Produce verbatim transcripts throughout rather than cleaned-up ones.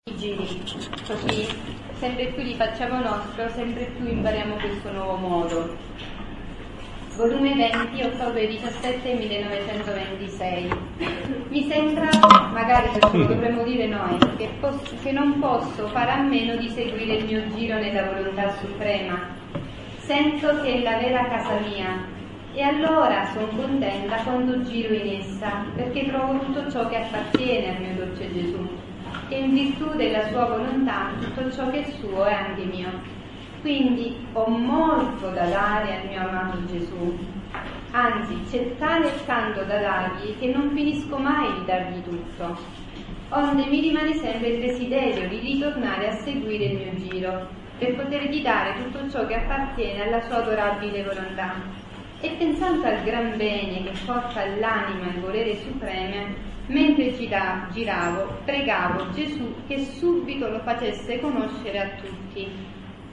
i giri, così sempre più li facciamo nostro, sempre più impariamo questo nuovo modo. Volume venti, ottobre diciassette millenovecentoventisei. Mi sembra, magari questo lo dovremmo dire noi, che, posso, che non posso fare a meno di seguire il mio giro nella volontà suprema. Sento che è la vera casa mia e allora sono contenta quando giro in essa, perché trovo tutto ciò che appartiene al mio dolce Gesù, che in virtù della sua volontà tutto ciò che è suo è anche mio. Quindi ho molto da dare al mio amato Gesù, anzi c'è tale e tanto da dargli che non finisco mai di dargli tutto, onde mi rimane sempre il desiderio di ritornare a seguire il mio giro, per potergli dare tutto ciò che appartiene alla sua adorabile volontà. E pensando al gran bene che porta all'anima il volere supreme, mentre gira, giravo, pregavo Gesù che subito lo facesse conoscere a tutti.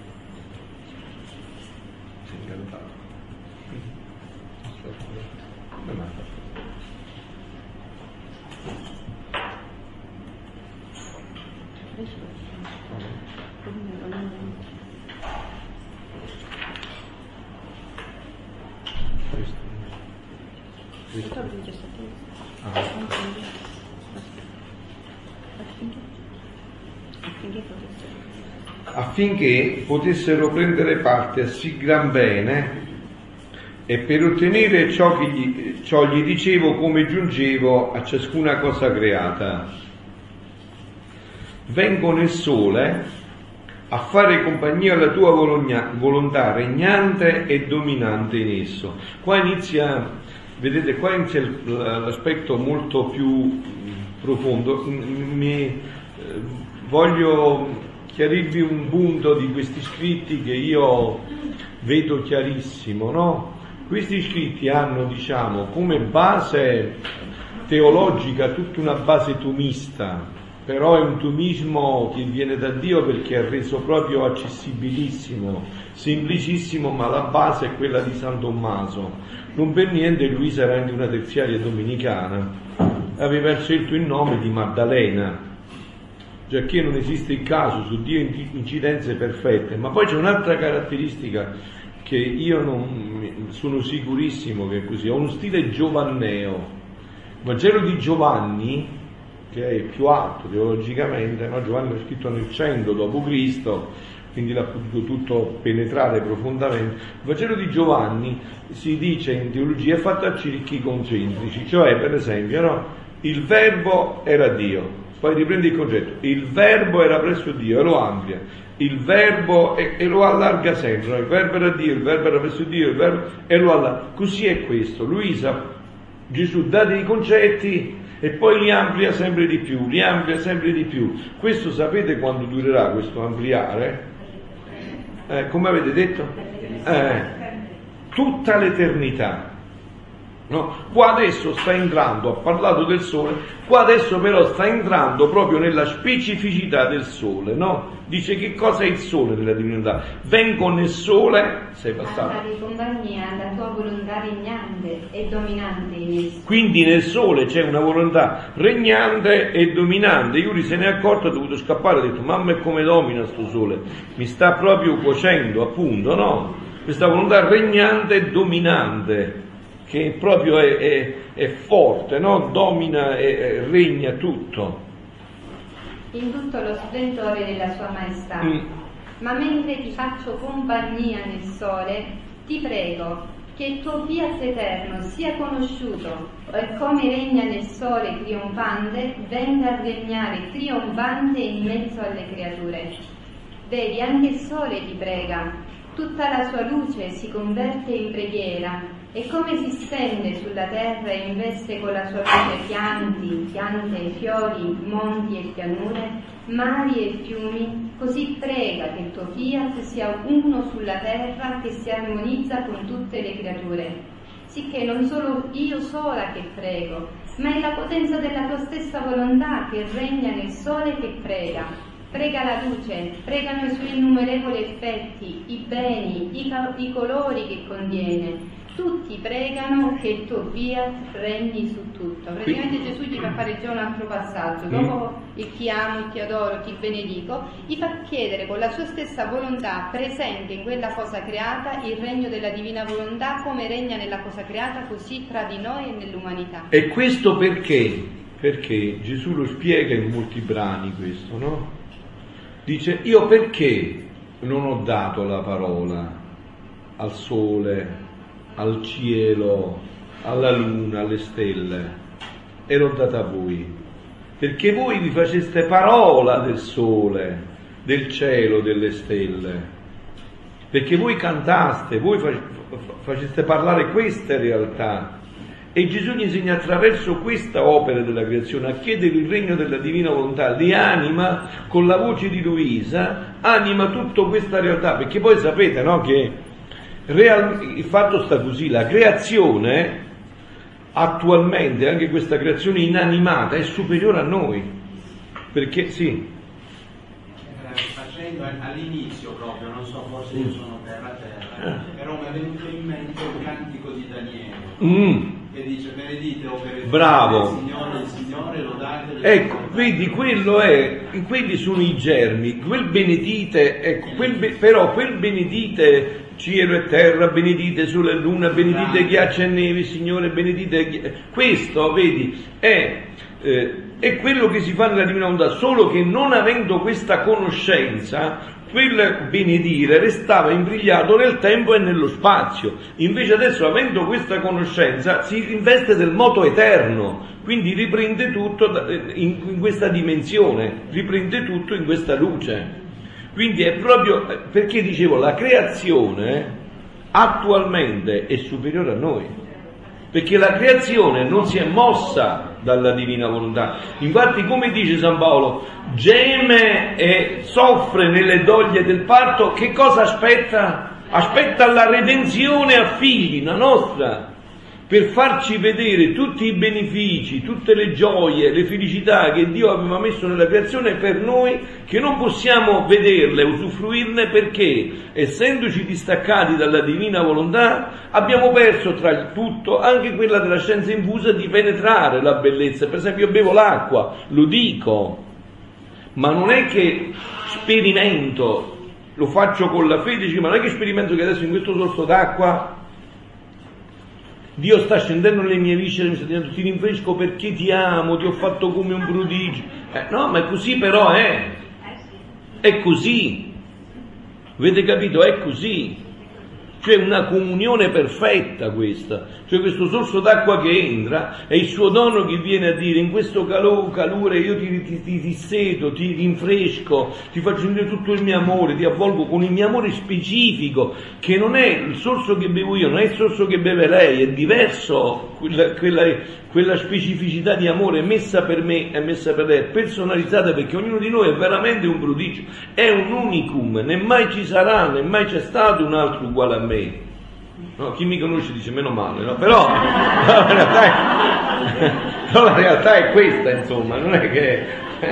Affinché potessero prendere parte a sì gran bene e per ottenere ciò che gli, ciò gli dicevo come giungevo a ciascuna cosa creata. Vengo nel sole a fare compagnia alla tua vologna, volontà regnante e dominante in esso. Qua inizia, vedete, qua inizia l'aspetto molto più profondo. Mi, eh, voglio chiarirvi un punto di questi scritti che io vedo chiarissimo, no? Questi scritti hanno, diciamo, come base teologica tutta una base tomista, però è un tomismo che viene da Dio perché è reso proprio accessibilissimo, semplicissimo, ma la base è quella di San Tommaso. Non per niente Luisa era anche una terziaria domenicana, aveva scelto il nome di Maddalena, giacché non esiste il caso, su Dio incidenze perfette. Ma poi c'è un'altra caratteristica che io non sono sicurissimo che è così, ha uno stile giovanneo. Il Vangelo di Giovanni, che è più alto teologicamente, no? Giovanni è scritto nel cento dopo Cristo, quindi l'ha potuto tutto penetrare profondamente. Il Vangelo di Giovanni, si dice in teologia, è fatto a cerchi concentrici, cioè per esempio, no? Il verbo era Dio. Poi riprende il concetto, il verbo era presso Dio e lo amplia, il verbo e, e lo allarga sempre, il verbo era Dio, il verbo era presso Dio, il verbo e lo allarga. Così è questo, Luisa, Gesù dà dei concetti e poi li amplia sempre di più, li amplia sempre di più. Questo sapete quando durerà questo ampliare? Eh, come avete detto? Eh, tutta l'eternità. No? Qua adesso sta entrando, ha parlato del sole, qua adesso però sta entrando proprio nella specificità del sole, no? Dice che cosa è il sole nella divinità? Vengo nel sole, sei passato. A fare compagnia alla tua volontà regnante e dominante in esso. Quindi nel sole c'è una volontà regnante e dominante. Iuri se ne è accorto, ha dovuto scappare, ha detto mamma, e come domina sto sole? Mi sta proprio cuocendo, appunto, no? Questa volontà regnante e dominante, che proprio è, è, è forte, no? Domina e, e regna tutto. In tutto lo splendore della sua maestà. Mm. Ma mentre ti faccio compagnia nel sole, ti prego che il tuo fiat eterno sia conosciuto e come regna nel sole trionfante, venga a regnare trionfante in mezzo alle creature. Vedi, anche il sole ti prega, tutta la sua luce si converte in preghiera. E come si stende sulla terra e investe con la sua luce pianti, piante e fiori, monti e pianure, mari e fiumi, così prega che il tuo fiat sia uno sulla terra che si armonizza con tutte le creature. Sicché non solo io sola che prego, ma è la potenza della tua stessa volontà che regna nel sole che prega. prega la luce, pregano i suoi innumerevoli effetti, i beni, i, i colori che contiene. Tutti pregano che il tuo fiat regni su tutto. Praticamente Gesù gli fa fare già un altro passaggio. Dopo il ti amo, ti adoro, ti benedico, gli fa chiedere con la sua stessa volontà presente in quella cosa creata il regno della divina volontà, come regna nella cosa creata, così tra di noi e nell'umanità. E questo perché? Perché Gesù lo spiega in molti brani questo, no? Dice, io perché non ho dato la parola al sole, al cielo, alla luna, alle stelle, e l'ho data a voi, perché voi vi faceste parola del sole, del cielo, delle stelle, perché voi cantaste, voi faceste parlare queste realtà. E Gesù gli insegna attraverso questa opera della creazione a chiedere il regno della divina volontà, li anima con la voce di Luisa, anima tutta questa realtà, perché poi sapete, no, che real, il fatto sta così, la creazione attualmente, anche questa creazione inanimata, è superiore a noi, perché sì. Facendo all'inizio proprio, non so, forse io sono terra terra, però mi è venuto in mente un cantico di Daniele. Mm. Che dice benedite opere bravo il Signore, il Signore lodate. Ecco, vedi, quello è, quelli sono i germi, quel benedite, ecco, quel be, però quel benedite cielo e terra, benedite sole e luna, benedite ghiaccio e neve, Signore, benedite, questo, vedi, è, eh, è quello che si fa nella divina volontà, solo che non avendo questa conoscenza, quel benedire restava imbrigliato nel tempo e nello spazio. Invece adesso, avendo questa conoscenza, si investe del moto eterno, quindi riprende tutto in, in questa dimensione, riprende tutto in questa luce. Quindi è proprio, perché dicevo, la creazione attualmente è superiore a noi, perché la creazione non si è mossa dalla divina volontà. Infatti, come dice San Paolo, geme e soffre nelle doglie del parto. Che cosa aspetta? Aspetta la redenzione a figli, la nostra, per farci vedere tutti i benefici, tutte le gioie, le felicità che Dio aveva messo nella creazione per noi, che non possiamo vederle, usufruirne, perché, essendoci distaccati dalla divina volontà, abbiamo perso tra il tutto anche quella della scienza infusa di penetrare la bellezza. Per esempio, io bevo l'acqua, lo dico, ma non è che sperimento, lo faccio con la fede, ma non è che sperimento che adesso in questo sorso d'acqua Dio sta scendendo nelle mie viscere e mi sta dicendo ti rinfresco perché ti amo, ti ho fatto come un prodigio. Eh, no, ma è così, però è. È così. Avete capito? È così. Cioè una comunione perfetta questa, cioè questo sorso d'acqua che entra è il suo dono che viene a dire in questo calore, calore io ti, ti, ti, ti sedo, ti rinfresco, ti faccio sentire tutto il mio amore, ti avvolgo con il mio amore specifico, che non è il sorso che bevo io, non è il sorso che beve lei, è diverso, quella, quella, quella specificità di amore messa per me e messa per lei, è personalizzata, perché ognuno di noi è veramente un prodigio, è un unicum, né mai ci sarà, né mai c'è stato un altro uguale a me. No, chi mi conosce dice meno male, no? Però, no, la realtà è, però la realtà è questa, insomma, non è che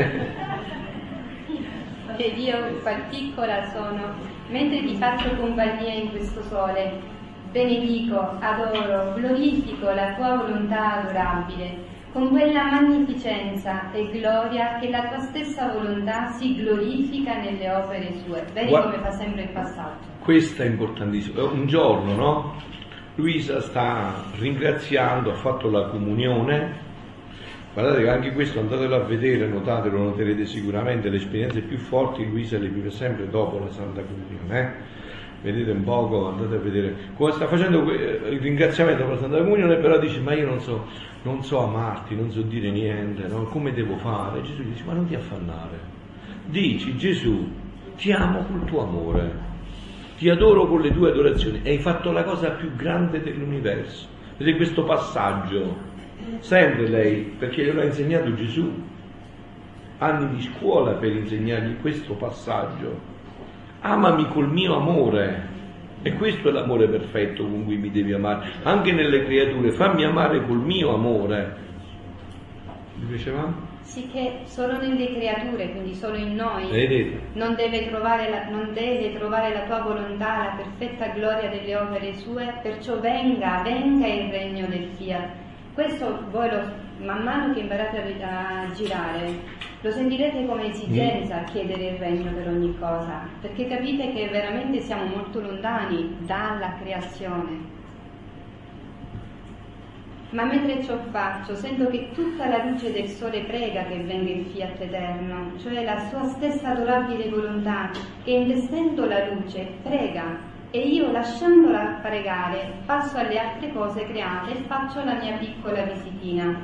ed io piccola sono, mentre ti faccio compagnia in questo sole, benedico, adoro, glorifico la tua volontà adorabile, con quella magnificenza e gloria che la tua stessa volontà si glorifica nelle opere sue. Vedi Guarda, come fa sempre il passaggio. Questo è importantissimo. Un giorno, no? Luisa sta ringraziando, ha fatto la comunione. Guardate che anche questo andatelo a vedere, notatelo, noterete sicuramente le esperienze più forti Luisa le vive sempre dopo la Santa Comunione, eh? Vedete un poco, andate a vedere come sta facendo il ringraziamento per la Santa Comunione, però dice ma io non so, non so amarti, non so dire niente, no? Come devo fare? Gesù dice ma non ti affannare, dici Gesù ti amo col tuo amore, ti adoro con le tue adorazioni, e hai fatto la cosa più grande dell'universo. Vedete questo passaggio, sempre lei, perché glielo ha insegnato Gesù, anni di scuola per insegnargli questo passaggio. Amami col mio amore, e questo è l'amore perfetto con cui mi devi amare, anche nelle creature, fammi amare col mio amore. Mi dicevamo? sicché solo nelle creature, quindi solo in noi, vedete? Non deve, trovare la, non deve trovare la tua volontà, la perfetta gloria delle opere sue, perciò venga, venga il regno del Fiat. Questo voi lo, man mano che imparate a, a girare, lo sentirete come esigenza a chiedere il regno per ogni cosa, perché capite che veramente siamo molto lontani dalla creazione. Ma mentre ciò faccio, sento che tutta la luce del sole prega che venga il Fiat eterno, cioè la sua stessa adorabile volontà, che investendo la luce prega, e io lasciandola pregare passo alle altre cose create e faccio la mia piccola visitina,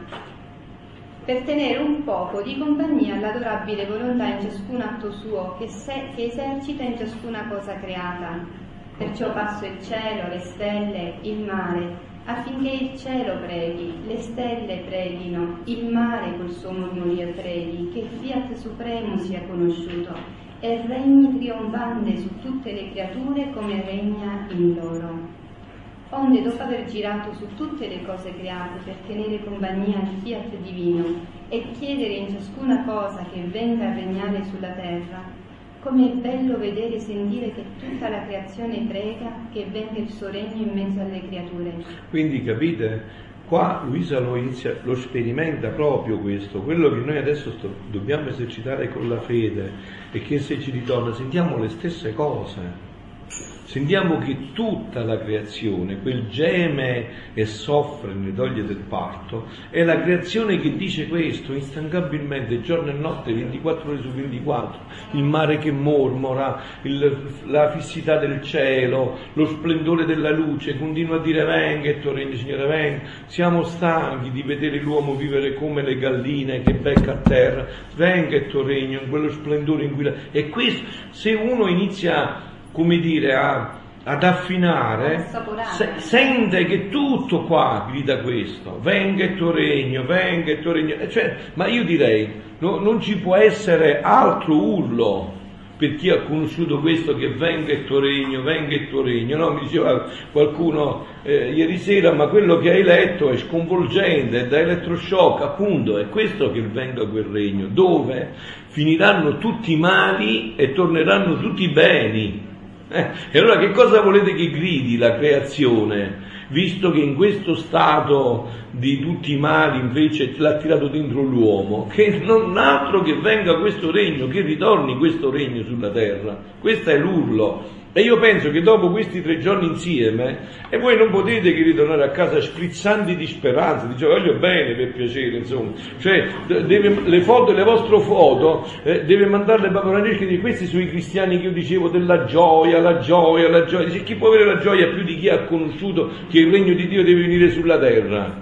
per tenere un poco di compagnia all'adorabile volontà in ciascun atto suo che, se, che esercita in ciascuna cosa creata. Perciò passo il cielo, le stelle, il mare, affinché il cielo preghi, le stelle preghino, il mare col suo mormorio preghi, che il Fiat supremo sia conosciuto e regni trionfante su tutte le creature come regna in loro. Onde, dopo aver girato su tutte le cose create per tenere compagnia al Fiat divino e chiedere in ciascuna cosa che venga a regnare sulla terra, come è bello vedere e sentire che tutta la creazione prega che venga il suo regno in mezzo alle creature. Quindi capite? Qua Luisa lo, inizia, lo sperimenta proprio questo, quello che noi adesso sto, dobbiamo esercitare con la fede e che se ci ritorna sentiamo le stesse cose. Sentiamo che tutta la creazione, quel geme e soffre nelle doglie del parto, è la creazione che dice questo instancabilmente, giorno e notte, ventiquattro ore su ventiquattro, il mare che mormora, il, la fissità del cielo, lo splendore della luce, continua a dire venga il tuo regno, Signore, venga. Siamo stanchi di vedere l'uomo vivere come le galline che becca a terra, venga il tuo regno, in quello splendore in cui... La... E questo, se uno inizia... come dire, a, ad affinare, se, sente che tutto qua grida questo, venga il tuo regno, venga il tuo regno, cioè, ma io direi, no, non ci può essere altro urlo per chi ha conosciuto questo, che venga il tuo regno, venga il tuo regno, no? Mi diceva qualcuno eh, ieri sera, ma quello che hai letto è sconvolgente, è da elettroshock, appunto, è questo che venga quel regno, dove finiranno tutti i mali e torneranno tutti i beni. Eh, e allora che cosa volete che gridi la creazione, visto che in questo stato di tutti i mali invece l'ha tirato dentro l'uomo? Che non altro che venga questo regno, che ritorni questo regno sulla terra. Questo è l'urlo. E io penso che dopo questi tre giorni insieme, e voi non potete che ritornare a casa sprizzanti di speranza, dice voglio bene, per piacere, insomma, cioè deve, le foto, le vostre foto eh, deve mandarle Papa Francesco, di questi sono i cristiani che io dicevo della gioia, la gioia, la gioia. Dice, chi può avere la gioia più di chi ha conosciuto che il regno di Dio deve venire sulla terra?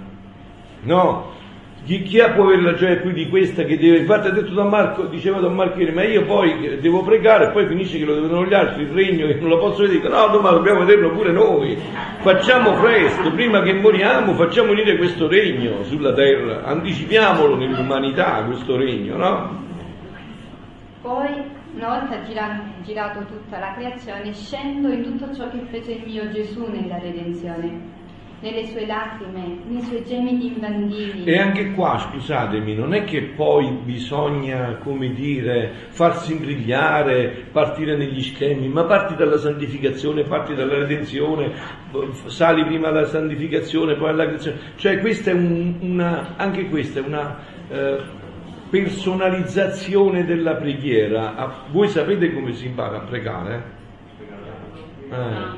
No? Chi, chi ha può avere la gioia più di questa che deve, infatti ha detto Don Marco, diceva Don Marco, ma io poi devo pregare e poi finisce che lo devono gli altri, il regno che non lo posso vedere, no, no, ma dobbiamo vederlo pure noi, facciamo presto, prima che moriamo facciamo venire questo regno sulla terra, anticipiamolo nell'umanità questo regno, no? Poi, una volta girato, girato tutta la creazione, scendo in tutto ciò che fece il mio Gesù nella redenzione, nelle sue lacrime, nei suoi gemiti infantili. E anche qua, scusatemi, non è che poi bisogna, come dire, farsi imbrigliare, partire negli schemi, ma parti dalla santificazione, parti dalla redenzione, sali prima alla santificazione, poi alla creazione. Cioè questa è un, una, anche questa è una eh, personalizzazione della preghiera. Voi sapete come si impara a pregare? Eh.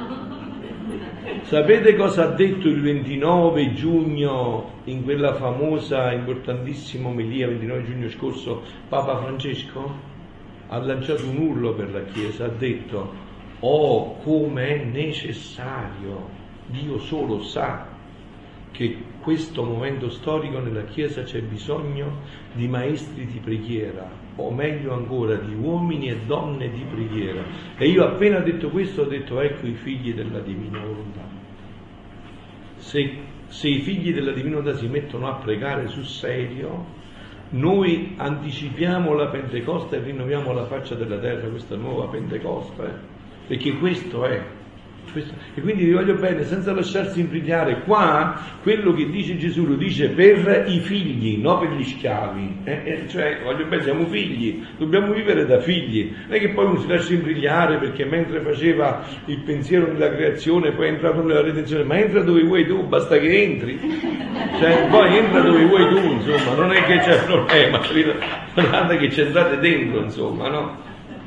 Sapete cosa ha detto il ventinove giugno in quella famosa, importantissima omelia, ventinove giugno scorso, Papa Francesco? Ha lanciato un urlo per la Chiesa, ha detto, oh, come è necessario, Dio solo sa che questo momento storico nella Chiesa c'è bisogno di maestri di preghiera, o meglio ancora di uomini e donne di preghiera. E io appena detto questo ho detto ecco i figli della divina volontà. Se, se i figli della divina volontà si mettono a pregare sul serio, noi anticipiamo la Pentecoste e rinnoviamo la faccia della terra, questa nuova Pentecoste, perché questo è. Questo. E quindi vi voglio bene, senza lasciarsi imbrigliare. Qua quello che dice Gesù lo dice per i figli, non per gli schiavi. Eh, eh, cioè, voglio bene, siamo figli, dobbiamo vivere da figli. Non è che poi uno si lascia imbrigliare perché mentre faceva il pensiero della creazione poi è entrato nella redenzione, ma entra dove vuoi tu, basta che entri. Cioè, poi entra dove vuoi tu, insomma, non è che c'è problema, capito? Guardate che ci entrate dentro, insomma, no?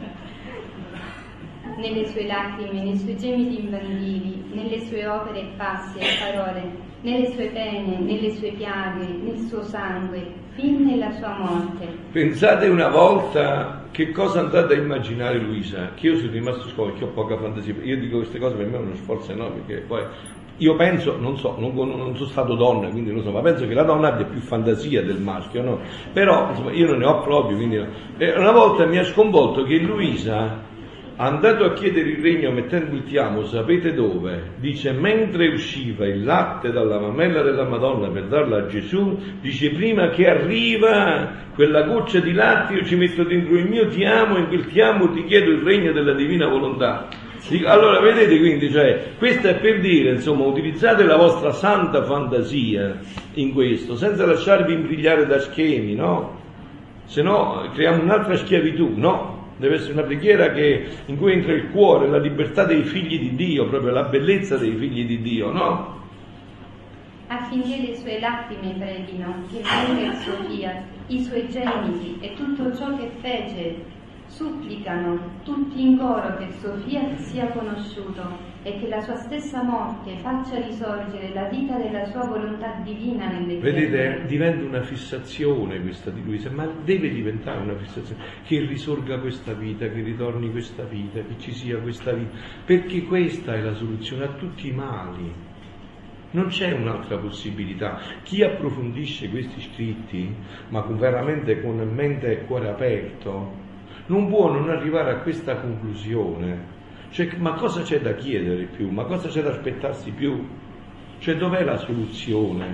Nelle sue lacrime, nei suoi gemiti infantili, nelle sue opere e passi e parole, nelle sue pene, nelle sue piaghe, nel suo sangue, fin nella sua morte. Pensate una volta che cosa andate a immaginare, Luisa, che io sono rimasto scoperto, che ho poca fantasia, io dico queste cose per me è uno sforzo enorme, perché poi io penso, non so, non, non sono stato donna, quindi non so, ma penso che la donna abbia più fantasia del maschio, no? Però, insomma, io non ne ho proprio, quindi no. E una volta mi ha sconvolto che Luisa, andato a chiedere il regno mettendo il ti amo, sapete dove? Dice, mentre usciva il latte dalla mammella della Madonna per darla a Gesù, dice, prima che arriva quella goccia di latte io ci metto dentro il mio ti amo e in quel ti amo ti chiedo il regno della divina volontà. Allora vedete, quindi, cioè, questo è per dire, insomma, utilizzate la vostra santa fantasia in questo, senza lasciarvi imbrigliare da schemi, no? Se no creiamo un'altra schiavitù, no? Deve essere una preghiera che, in cui entra il cuore, la libertà dei figli di Dio, proprio la bellezza dei figli di Dio, no? Affinché le sue lacrime preghino, che venga il suo fiat, i suoi gemiti e tutto ciò che fece, supplicano tutti in coro che il suo fiat sia conosciuto e che la sua stessa morte faccia risorgere la vita della sua volontà divina nelle terre. Vedete, diventa una fissazione questa di Luisa, ma deve diventare una fissazione, che risorga questa vita, che ritorni questa vita, che ci sia questa vita, perché questa è la soluzione a tutti i mali. Non c'è un'altra possibilità. Chi approfondisce questi scritti, ma con, veramente con mente e cuore aperto, non può non arrivare a questa conclusione. Cioè, ma cosa c'è da chiedere più? Ma cosa c'è da aspettarsi più? Cioè, dov'è la soluzione?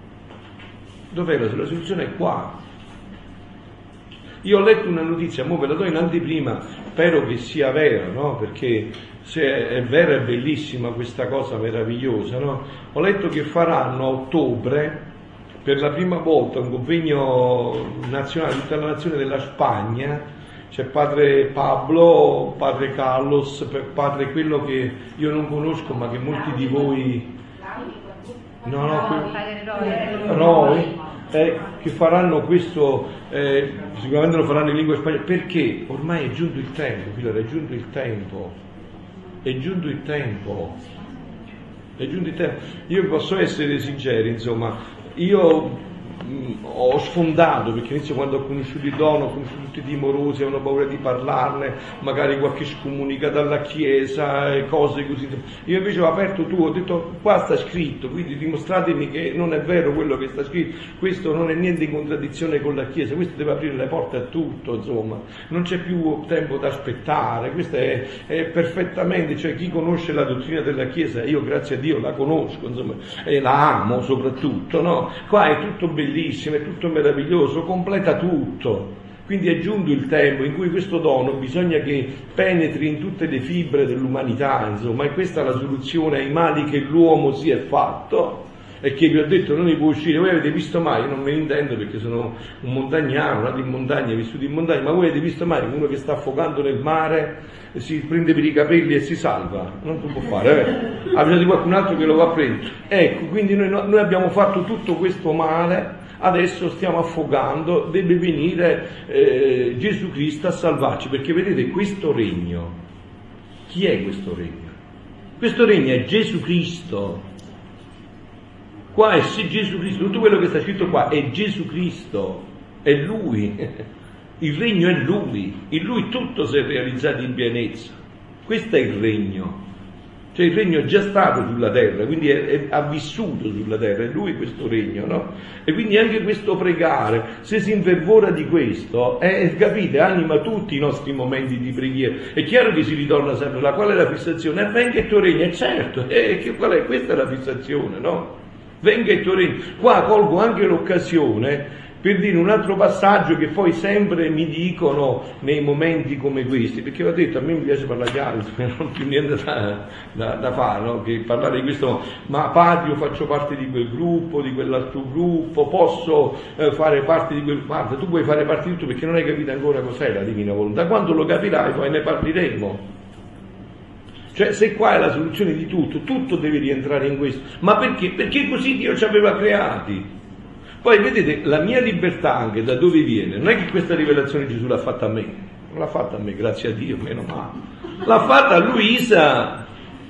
Dov'è la, la soluzione? È qua. Io ho letto una notizia, mo ve la do in anteprima, spero che sia vera, no? Perché se è vera è bellissima questa cosa meravigliosa, no? Ho letto che faranno a ottobre, per la prima volta, un convegno nazionale, tutta la nazione della Spagna. C'è padre Pablo, padre Carlos, padre quello che io non conosco ma che molti di voi, no, no, que... Roy, eh, che faranno questo, eh, sicuramente lo faranno in lingua spagnola, perché ormai è giunto il tempo, figlio, è giunto il tempo, è giunto il tempo, è giunto il tempo. Io posso essere sincero, insomma, io ho sfondato, perché inizio quando ho conosciuto il dono, ho conosciuto tutti i timorosi, avevano paura di parlarne, magari qualche scomunica dalla chiesa e cose così. Io invece ho aperto tu, ho detto qua sta scritto, quindi dimostratemi che non è vero quello che sta scritto, questo non è niente in contraddizione con la chiesa, questo deve aprire le porte a tutto, insomma, non c'è più tempo da aspettare, questo è, è perfettamente, cioè chi conosce la dottrina della chiesa, io grazie a Dio la conosco, insomma, e la amo soprattutto, no? Qua è tutto bellissimo, è tutto meraviglioso, completa tutto. Quindi è giunto il tempo in cui questo dono bisogna che penetri in tutte le fibre dell'umanità, insomma, e questa è la soluzione ai mali che l'uomo si è fatto e che vi ho detto non ne può uscire. Voi avete visto mai, io non me ne intendo perché sono un montagnaro, nato in montagna, vissuto in montagna, ma voi avete visto mai uno che sta affogando nel mare e si prende per i capelli e si salva? Non si può fare, eh? Ha bisogno di qualcun altro che lo va a prendere. Ecco, quindi noi, noi abbiamo fatto tutto questo male, adesso stiamo affogando, deve venire eh, Gesù Cristo a salvarci, perché vedete questo regno, chi è questo regno? Questo regno è Gesù Cristo. Qua è Gesù Cristo, tutto quello che sta scritto qua è Gesù Cristo, è Lui, il regno è Lui, in Lui tutto si è realizzato in pienezza, questo è il regno, cioè il regno è già stato sulla terra, quindi è, è, ha vissuto sulla terra, è Lui questo regno, no? E quindi anche questo pregare, se si infervora di questo, eh, capite, anima tutti i nostri momenti di preghiera, è chiaro che si ritorna sempre là, qual è la fissazione? Eh, venga il tuo regno, è certo, eh, che, qual è? Questa è la fissazione, no? Venga il tuo regno. Qua colgo anche l'occasione per dire un altro passaggio che poi sempre mi dicono nei momenti come questi, perché ho detto a me mi piace parlare di altro, non ho più niente da, da, da fare, no? Che parlare di questo, ma padre io faccio parte di quel gruppo, di quell'altro gruppo, posso eh, fare parte di quel parte, tu puoi fare parte di tutto perché non hai capito ancora cos'è la divina volontà, quando lo capirai poi ne parleremo. Cioè se qua è la soluzione di tutto, tutto deve rientrare in questo, ma perché? Perché così Dio ci aveva creati. Poi vedete, la mia libertà anche da dove viene? Non è che questa rivelazione Gesù l'ha fatta a me, non l'ha fatta a me, grazie a Dio, meno male. L'ha fatta a Luisa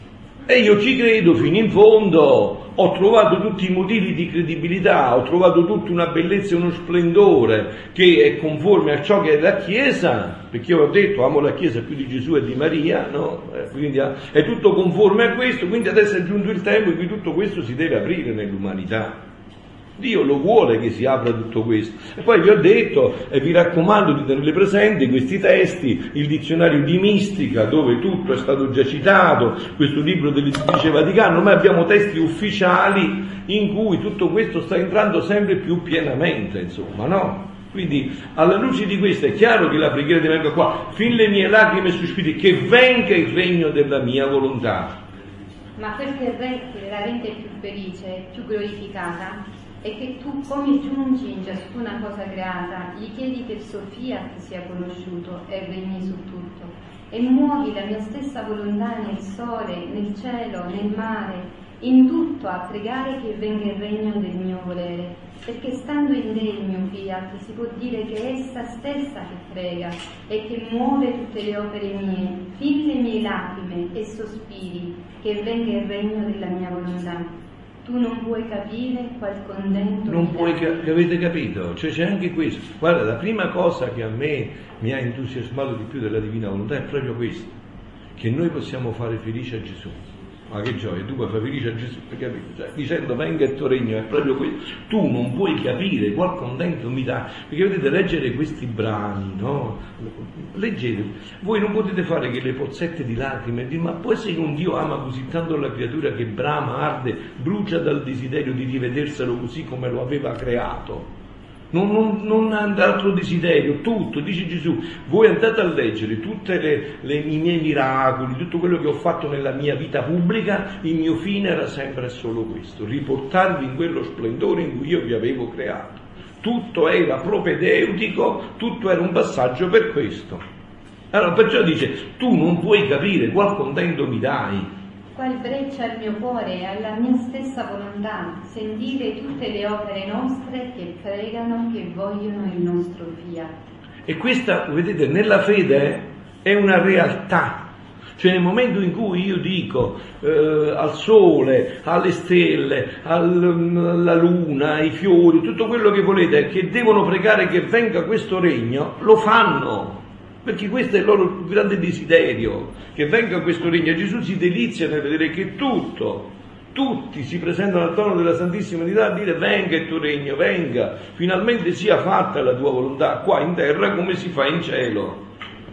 e io ci credo fino in fondo, ho trovato tutti i motivi di credibilità, ho trovato tutta una bellezza e uno splendore che è conforme a ciò che è la Chiesa, perché io ho detto amo la Chiesa più di Gesù e di Maria, no? Quindi è tutto conforme a questo, quindi adesso è giunto il tempo in cui tutto questo si deve aprire nell'umanità. Dio lo vuole che si apra tutto questo. E poi vi ho detto, e vi raccomando di tenere presenti questi testi, il dizionario di mistica, dove tutto è stato già citato, questo libro dell'Istituto Vaticano, noi abbiamo testi ufficiali in cui tutto questo sta entrando sempre più pienamente, insomma, no? Quindi, alla luce di questo, è chiaro che la preghiera di venga qua, fin le mie lacrime e sospiri, che venga il regno della mia volontà. Ma quel che la rende più felice, più glorificata, è che tu, come giungi in ciascuna cosa creata, gli chiedi che il suo fiat sia conosciuto e regni su tutto, e muovi la mia stessa volontà nel sole, nel cielo, nel mare, in tutto a pregare che venga il regno del mio volere, perché stando in te il mio fiat si può dire che è essa stessa che prega e che muove tutte le opere mie, fin le mie lacrime e sospiri, che venga il regno della mia volontà. Tu non puoi capire qual contento. Non puoi capire, avete capito? Cioè c'è anche questo. Guarda, la prima cosa che a me mi ha entusiasmato di più della divina volontà è proprio questo, che noi possiamo fare felice a Gesù. Ma che gioia, tu puoi fare felice a Gesù, capito? Cioè, dicendo venga il tuo regno, è proprio questo. Tu non puoi capire qual contento mi dà, perché vedete, leggere questi brani, no? Leggete, voi non potete fare che le pozzette di lacrime e dire, ma può essere che un Dio ama così tanto la creatura che brama, arde, brucia dal desiderio di rivederselo così come lo aveva creato. Non, non, non ha altro desiderio, tutto, dice Gesù, voi andate a leggere tutti i miei miracoli, tutto quello che ho fatto nella mia vita pubblica, il mio fine era sempre solo questo, riportarvi in quello splendore in cui io vi avevo creato. Tutto era propedeutico, tutto era un passaggio per questo. Allora perciò dice, tu non puoi capire qual contento mi dai. Qual breccia al mio cuore e alla mia stessa volontà, sentire tutte le opere nostre che pregano, che vogliono il nostro fiat. E questa, vedete, nella fede è una realtà. Cioè nel momento in cui io dico eh, al sole, alle stelle, al, alla luna, ai fiori, tutto quello che volete, che devono pregare che venga questo regno, lo fanno. Perché questo è il loro più grande desiderio, che venga questo regno. Gesù si delizia nel vedere che tutto, tutti si presentano al trono della Santissima Trinità a dire venga il tuo regno, venga, finalmente sia fatta la tua volontà qua in terra come si fa in cielo.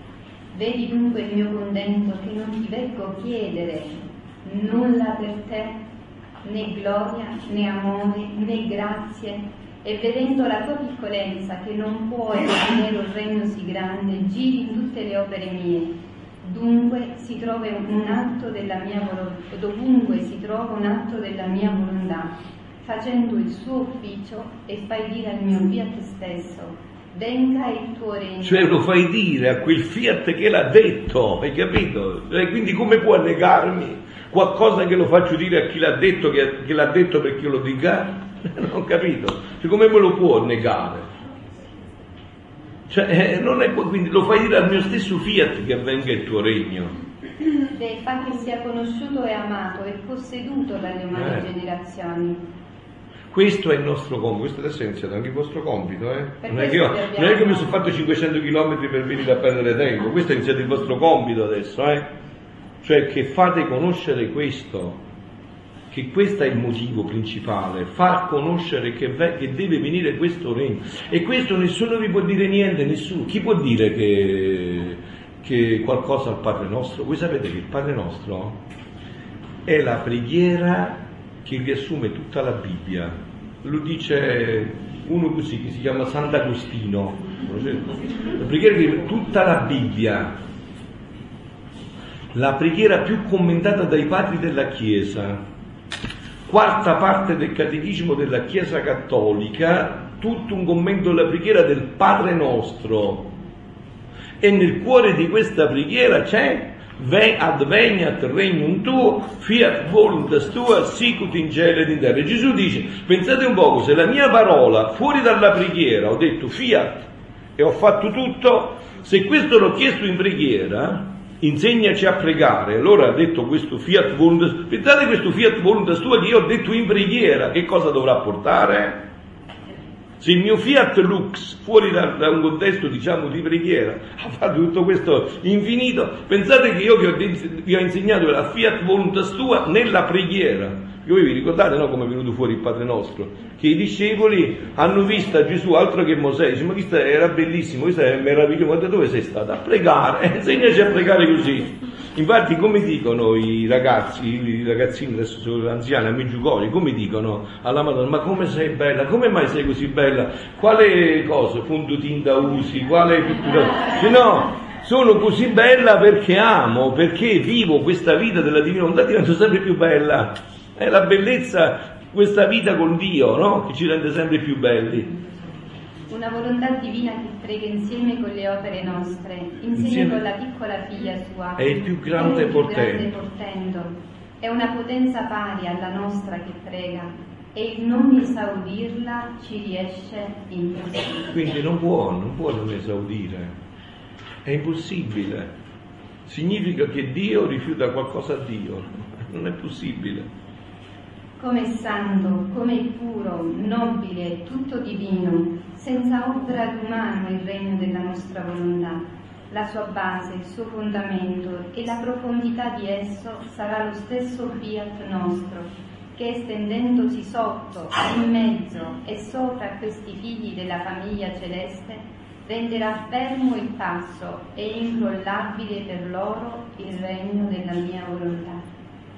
Vedi dunque il mio contento che non ti vengo a chiedere nulla per te, né gloria, né amore, né grazie, e vedendo la tua piccolenza che non puoi ottenere un regno sì grande, giri in tutte le opere mie. Dunque si trova un atto della mia volontà, dovunque si trova un atto della mia volontà, facendo il suo ufficio, e fai dire al mio fiat stesso, venga il tuo regno. Cioè lo fai dire a quel fiat che l'ha detto, hai capito? E quindi come può negarmi qualcosa che lo faccio dire a chi l'ha detto, che, che l'ha detto perché io lo dica? Non ho capito, cioè, come me lo può negare? Cioè, eh, non è, quindi lo fai dire al mio stesso fiat che avvenga il tuo regno. E fa che sia conosciuto e amato e posseduto dalle umane eh. generazioni. Questo è il nostro compito, questo adesso è iniziato anche il vostro compito, eh? Non è, che io, non è che mi sono fatto cinquecento chilometri per venire a perdere tempo, questo è iniziato il vostro compito adesso, eh? Cioè che fate conoscere questo, che questo è il motivo principale, far conoscere che, ve, che deve venire questo regno. E questo nessuno vi può dire niente, nessuno. Chi può dire che, che qualcosa al Padre nostro? Voi sapete che il Padre nostro è la preghiera che riassume tutta la Bibbia. Lo dice uno così che si chiama Sant'Agostino, la preghiera di tutta la Bibbia, la preghiera più commentata dai padri della Chiesa, quarta parte del catechismo della Chiesa Cattolica, tutto un commento della preghiera del Padre Nostro, e nel cuore di questa preghiera c'è adveniat regnum tuo, fiat voluntas tua, sicut in cielo ed in terra. Gesù dice, pensate un poco, se la mia parola fuori dalla preghiera ho detto fiat e ho fatto tutto, se questo l'ho chiesto in preghiera, insegnaci a pregare, allora ha detto questo fiat voluntas, pensate questo fiat voluntas tua che io ho detto in preghiera, che cosa dovrà portare? Se il mio fiat lux, fuori da, da un contesto diciamo di preghiera, ha fatto tutto questo infinito, pensate che io vi ho, vi ho insegnato la fiat voluntas tua nella preghiera, perché voi vi ricordate, no, come è venuto fuori il Padre Nostro, che i discepoli hanno visto Gesù altro che Mosè, dice, ma questo era bellissimo, questo è meraviglioso, ma da dove sei stato? A pregare, insegnaci a pregare così. Infatti come dicono i ragazzi, i ragazzini adesso sono anziani, a Meggiugorio, come dicono alla Madonna, ma come sei bella, come mai sei così bella, quale cosa, fondotinta usi, quale pittura, no, sono così bella perché amo, perché vivo questa vita della divina volontà, divento sempre più bella, è la bellezza, questa vita con Dio, no? Che ci rende sempre più belli. Una volontà divina che prega insieme con le opere nostre, insieme, insieme con la piccola figlia sua. È il più grande portento. portendo. È una potenza pari alla nostra che prega, e il non esaudirla ci riesce impossibile. Quindi non può, non può non esaudire. È impossibile. Significa che Dio rifiuta qualcosa a Dio. Non è possibile. Come santo, come puro, nobile e tutto divino, senza ombra d'umano il regno della nostra volontà, la sua base, il suo fondamento e la profondità di esso sarà lo stesso fiat nostro, che estendendosi sotto, in mezzo e sopra questi figli della famiglia celeste, renderà fermo il passo e incrollabile per loro il regno della mia volontà.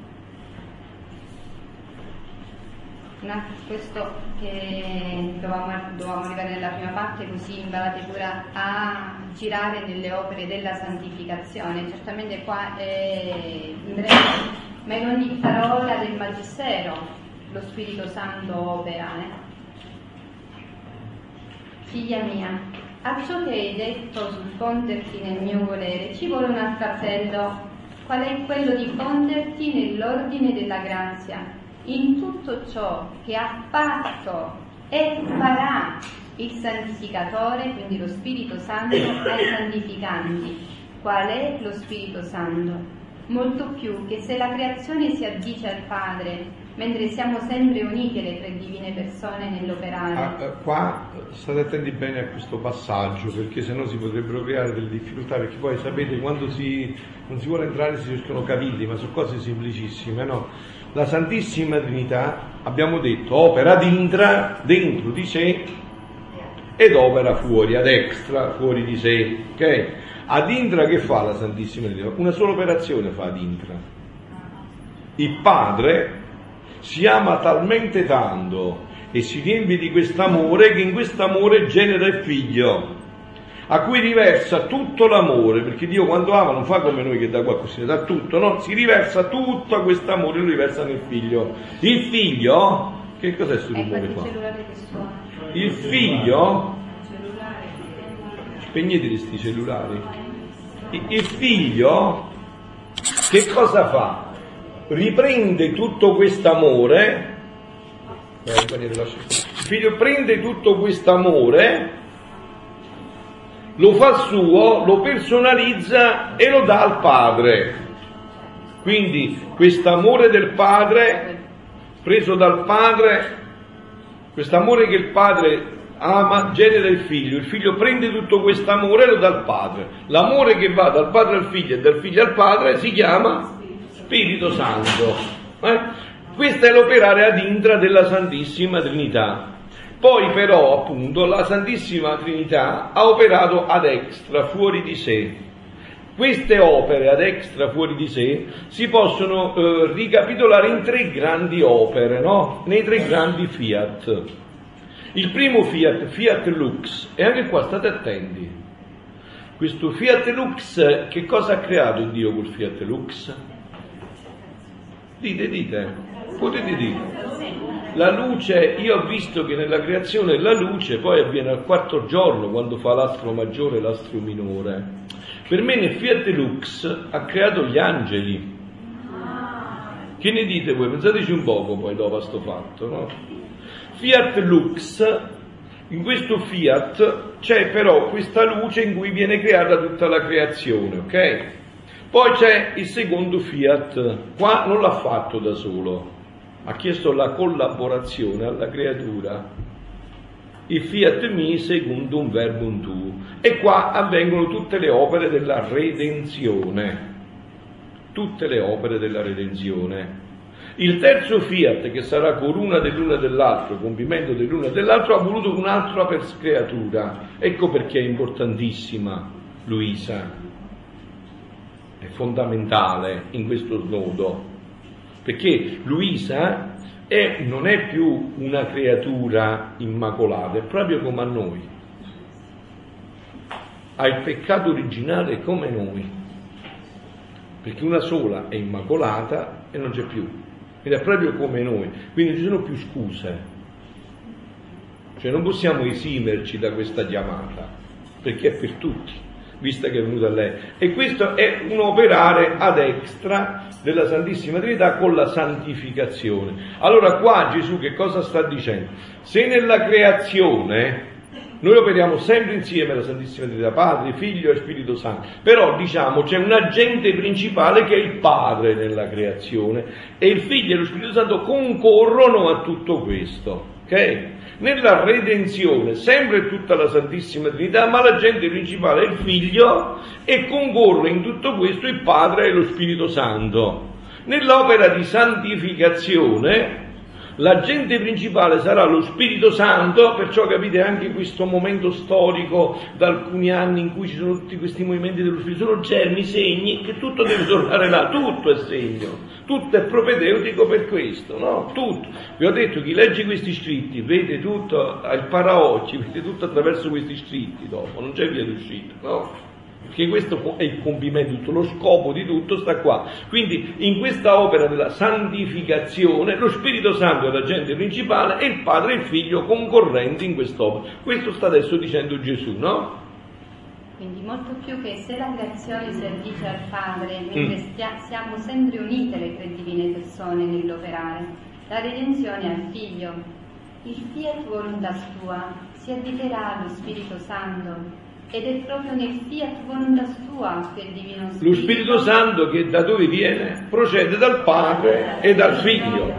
No, questo che dovevamo, dovevamo arrivare nella prima parte, così imparate pure a girare nelle opere della santificazione. Certamente qua è in breve, ma in ogni parola del Magistero lo Spirito Santo opera. Eh? Figlia mia, a ciò che hai detto sul fonderti nel mio volere ci vuole un altro appello, qual è quello di fonderti nell'ordine della grazia, in tutto ciò che ha fatto e farà il santificatore, quindi lo Spirito Santo, ai santificanti. Qual è lo Spirito Santo? Molto più che se la creazione si addice al Padre, mentre siamo sempre uniti alle tre divine persone nell'operare. Ah, qua state attenti bene a questo passaggio, perché sennò si potrebbero creare delle difficoltà, perché poi sapete quando si, non si vuole entrare si cercano cavilli, ma sono cose semplicissime, no? La Santissima Trinità, abbiamo detto, opera ad intra, dentro di sé, ed opera fuori, ad extra, fuori di sé, ok? Ad intra che fa la Santissima Trinità? Una sola operazione fa ad intra. Il Padre si ama talmente tanto e si riempie di quest'amore che in quest'amore genera il Figlio, a cui riversa tutto l'amore, perché Dio quando ama non fa come noi che dà qualcosa, dà tutto, no? Si riversa tutto quest'amore, lo riversa nel Figlio. Il Figlio, che cos'è sto rumore qua? Il Figlio, spegnete questi cellulari. Il Figlio che cosa fa? Riprende tutto quest'amore, il Figlio prende tutto quest'amore, lo fa suo, lo personalizza e lo dà al Padre. Quindi quest'amore del Padre, preso dal Padre, quest'amore che il Padre ama, genera il Figlio. Il Figlio prende tutto quest'amore e lo dà al Padre. L'amore che va dal Padre al Figlio e dal Figlio al Padre si chiama Spirito Santo. Eh? Questo è l'operare ad intra della Santissima Trinità. Poi però, appunto, la Santissima Trinità ha operato ad extra, fuori di sé. Queste opere ad extra, fuori di sé, si possono eh, ricapitolare in tre grandi opere, no? Nei tre grandi fiat. Il primo Fiat, Fiat Lux, e anche qua state attenti, questo Fiat Lux, che cosa ha creato Dio col Fiat Lux? Dite, dite, potete dire. La luce, io ho visto che nella creazione la luce poi avviene al quarto giorno, quando fa l'astro maggiore e l'astro minore. Per me nel Fiat Lux ha creato gli angeli. Che ne dite voi? Pensateci un poco poi dopo a sto fatto, no? Fiat Lux, in questo Fiat c'è però questa luce in cui viene creata tutta la creazione, ok? Poi c'è il secondo Fiat, qua non l'ha fatto da solo, ha chiesto la collaborazione alla creatura, il Fiat Mi secundum verbum tu, e qua avvengono tutte le opere della redenzione, tutte le opere della redenzione. Il terzo Fiat, che sarà coruna dell'uno e dell'altro, compimento dell'uno e dell'altro, ha voluto un'altra creatura. Ecco perché è importantissima Luisa, è fondamentale in questo snodo, perché Luisa è, non è più una creatura immacolata, è proprio come a noi, ha il peccato originale come noi, perché una sola è immacolata e non c'è più, ed è proprio come noi, quindi non ci sono più scuse, cioè non possiamo esimerci da questa chiamata, perché è per tutti, vista che è venuta lei. E questo è un operare ad extra della Santissima Trinità con la santificazione. Allora qua Gesù che cosa sta dicendo? Se nella creazione noi operiamo sempre insieme la Santissima Trinità, Padre, Figlio e Spirito Santo, però diciamo c'è un agente principale che è il Padre nella creazione, e il Figlio e lo Spirito Santo concorrono a tutto questo, ok? Nella redenzione sempre tutta la Santissima Trinità, ma l'agente principale è il Figlio, e concorre in tutto questo il Padre e lo Spirito Santo. Nell'opera di santificazione l'agente principale sarà lo Spirito Santo, perciò capite anche questo momento storico da alcuni anni in cui ci sono tutti questi movimenti dello Spirito, sono germi, segni, che tutto deve tornare là, tutto è segno, tutto è propedeutico per questo, no? Tutto. Vi ho detto, chi legge questi scritti vede tutto, il paraocchi, vede tutto attraverso questi scritti dopo, non c'è via d'uscita, no? Perché questo è il compimento di tutto, lo scopo di tutto sta qua. Quindi in questa opera della santificazione lo Spirito Santo è l'agente principale e il Padre e il Figlio concorrenti in quest'opera. Questo sta adesso dicendo Gesù, no? Quindi molto più che se la creazione si addice al Padre, mentre mm. stia, siamo sempre unite le tre divine persone nell'operare, la redenzione al Figlio. Il Fiat voluntas tua si addicherà allo Spirito Santo. Ed è proprio nel Fiat voluntas tua che il Divino Spirito... Lo Spirito Santo che da dove viene? Procede dal Padre e dal Figlio.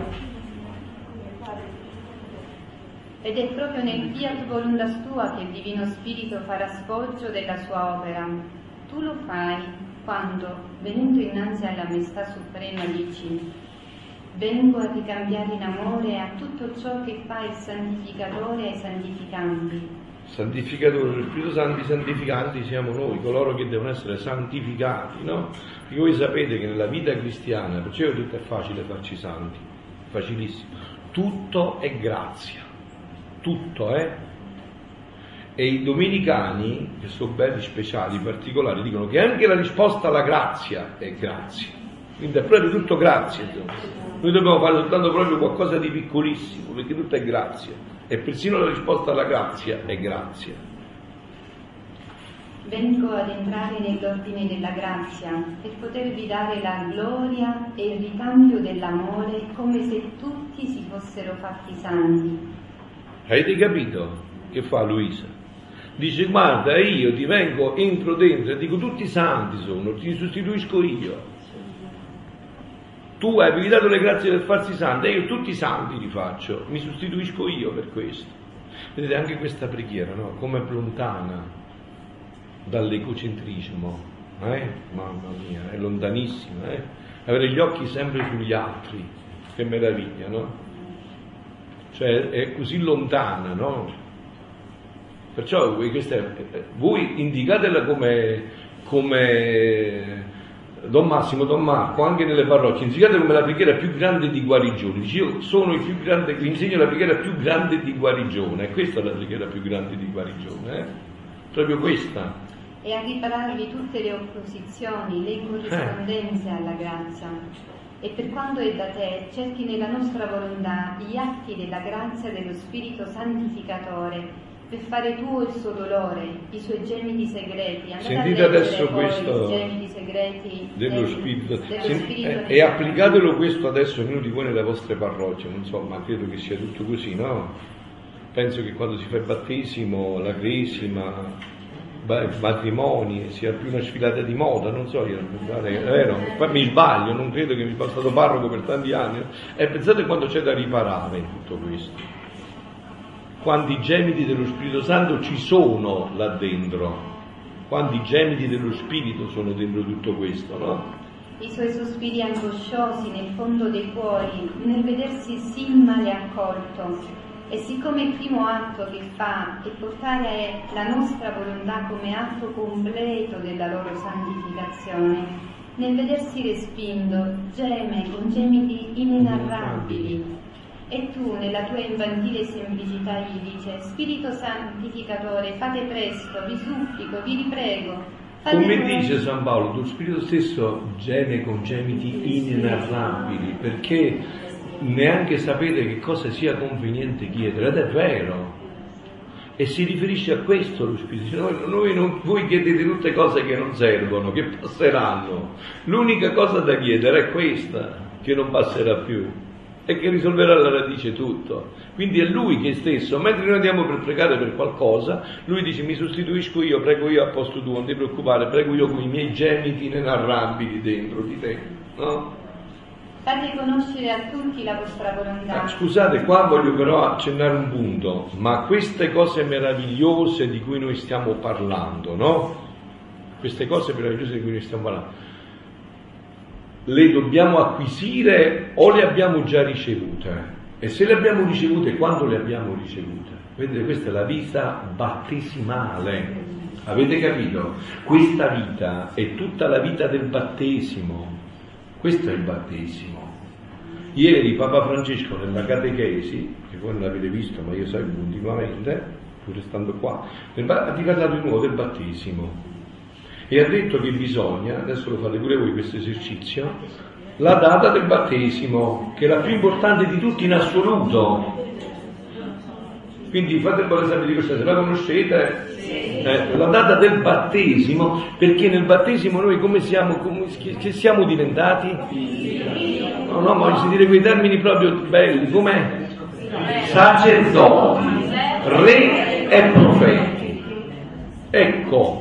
Ed è proprio nel Fiat voluntas tua che il Divino Spirito farà sfoggio della sua opera. Tu lo fai quando, venuto innanzi alla Maestà Suprema, dici: vengo a ricambiare in amore a tutto ciò che fa il santificatore ai santificanti. Santificatore, lo Spirito Santo, i santificanti siamo noi, coloro che devono essere santificati, no? Perché voi sapete che nella vita cristiana, perciò tutto è facile farci santi, facilissimo, tutto è grazia, tutto è. E i domenicani, che sono belli, speciali, particolari, dicono che anche la risposta alla grazia è grazia, quindi è proprio tutto grazia. Noi dobbiamo fare soltanto proprio qualcosa di piccolissimo, perché tutto è grazia. E persino la risposta alla grazia è grazia. Vengo ad entrare nell'ordine della grazia per potervi dare la gloria e il ricambio dell'amore come se tutti si fossero fatti santi. Avete capito che fa Luisa? Dice: guarda, io ti vengo, entro dentro e dico tutti santi sono, ti sostituisco io. Tu hai dato le grazie per farsi santi, e io tutti i santi li faccio, mi sostituisco io per questo. Vedete anche questa preghiera, no? Come è lontana dall'egocentrismo, eh? Mamma mia, è lontanissima, eh? Avere gli occhi sempre sugli altri, che meraviglia, no? Cioè è così lontana, no? Perciò voi, questa, voi indicatela come, come Don Massimo, Don Marco, anche nelle parrocchie, insegnate come la preghiera più grande di guarigione. Dice, io sono il più grande, vi insegno la preghiera più grande di guarigione. E questa è la preghiera più grande di guarigione, eh? Proprio questa. E a ripararvi tutte le opposizioni, le incorrispondenze alla grazia. E per quanto è da te, cerchi nella nostra volontà gli atti della grazia dello Spirito Santificatore, per fare tuo il suo dolore, i suoi gemiti segreti. Andate Sentite adesso questo i gemiti segreti dello del, Spirito, dello Sen- spirito eh, e applicatelo questo adesso ognuno di voi nelle vostre parrocchie, non so, ma credo che sia tutto così, no? Penso che quando si fa il battesimo, la cresima, i matrimoni, sia più una sfilata di moda, non so, io eh, no, mi sbaglio, non credo che mi sia stato parroco per tanti anni, e pensate quando c'è da riparare in tutto questo. Quanti gemiti dello Spirito Santo ci sono là dentro, quanti gemiti dello Spirito sono dentro tutto questo, no? I suoi sospiri angosciosi nel fondo dei cuori, nel vedersi sì male accolto, e siccome il primo atto che fa è portare la nostra volontà come atto completo della loro santificazione, nel vedersi respinto, geme con gemiti inenarrabili. E tu, nella tua infantile semplicità, gli dice: Spirito Santificatore, fate presto, vi supplico, vi riprego. Come dice San Paolo, lo Spirito stesso geme con gemiti inenarrabili, perché neanche sapete che cosa sia conveniente chiedere, ed è vero. E si riferisce a questo lo Spirito. Dice, noi, noi non, voi chiedete tutte cose che non servono, che passeranno. L'unica cosa da chiedere è questa, che non passerà più, e che risolverà alla radice tutto. Quindi è Lui che stesso, mentre noi andiamo per pregare per qualcosa, Lui dice: mi sostituisco io, prego io a posto tuo, non ti preoccupare, prego io con i miei gemiti inenarrabili dentro di te, no? Fate conoscere a tutti la vostra volontà. Eh, scusate, qua voglio però accennare un punto, ma queste cose meravigliose di cui noi stiamo parlando, no? Queste cose meravigliose di cui noi stiamo parlando, le dobbiamo acquisire o le abbiamo già ricevute? E se le abbiamo ricevute, quando le abbiamo ricevute? Vedete, questa è la vita battesimale. Avete capito? Questa vita è tutta la vita del battesimo. Questo è il battesimo. Ieri Papa Francesco nella catechesi, che voi non l'avete visto, ma io seguo continuamente, pur restando qua, ha parlato di nuovo del battesimo. E ha detto che bisogna, adesso lo fate pure voi questo esercizio, la data del battesimo, che è la più importante di tutti in assoluto. Quindi fate un po' l'esame di questa, se la conoscete, eh, la data del battesimo, perché nel battesimo noi come siamo, come, che siamo diventati? No, no, ma si dire quei termini proprio belli, com'è? Sacerdoti, re e profeti. Ecco,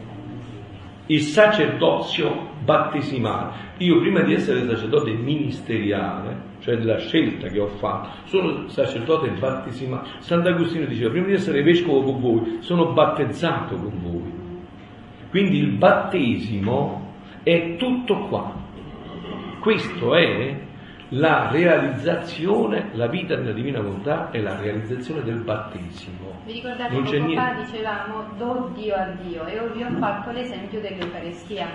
il sacerdozio battesimale. Io prima di essere sacerdote ministeriale, cioè della scelta che ho fatto, sono sacerdote battesimale. Sant'Agostino diceva: prima di essere vescovo con voi, sono battezzato con voi. Quindi il battesimo è tutto qua. Questo è la realizzazione, la vita della Divina Volontà è la realizzazione del battesimo. Vi ricordate non poco c'è fa niente. dicevamo do Dio a Dio, e io vi ho fatto l'esempio dell'Eucarestia.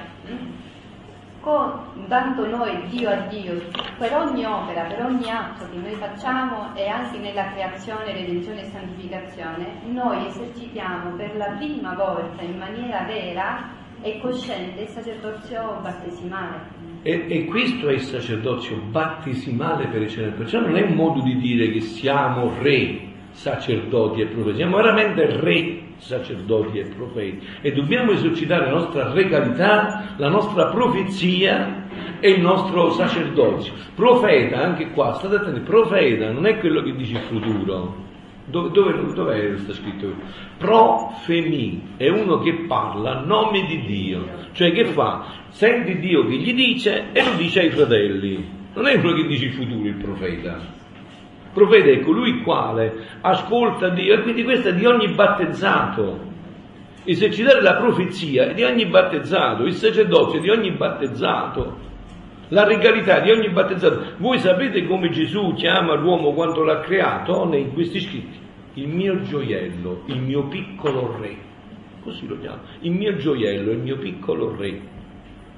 Con, dando noi Dio a Dio per ogni opera, per ogni atto che noi facciamo, e anche nella creazione, redenzione e santificazione, noi esercitiamo per la prima volta in maniera vera e cosciente il sacerdozio battesimale. E, e questo è il sacerdozio battesimale per eccellenza. Perciò non è un modo di dire che siamo re, sacerdoti e profeti, siamo veramente re, sacerdoti e profeti, e dobbiamo esercitare la nostra regalità, la nostra profezia e il nostro sacerdozio. Profeta, anche qua, state attenti, profeta non è quello che dice il futuro. Dove, dove, dove sta scritto? Profemi è uno che parla a nome di Dio, cioè che fa? Sente Dio che gli dice e lo dice ai fratelli. Non è uno che dice il futuro, il profeta. Il profeta è colui il quale ascolta Dio, e quindi questo è di ogni battezzato. Esercitare la profezia è di ogni battezzato, il sacerdozio è di ogni battezzato, la regalità di ogni battezzato. Voi sapete come Gesù chiama l'uomo quando l'ha creato? In questi scritti: il mio gioiello, il mio piccolo re. Così lo chiama, il mio gioiello, il mio piccolo re.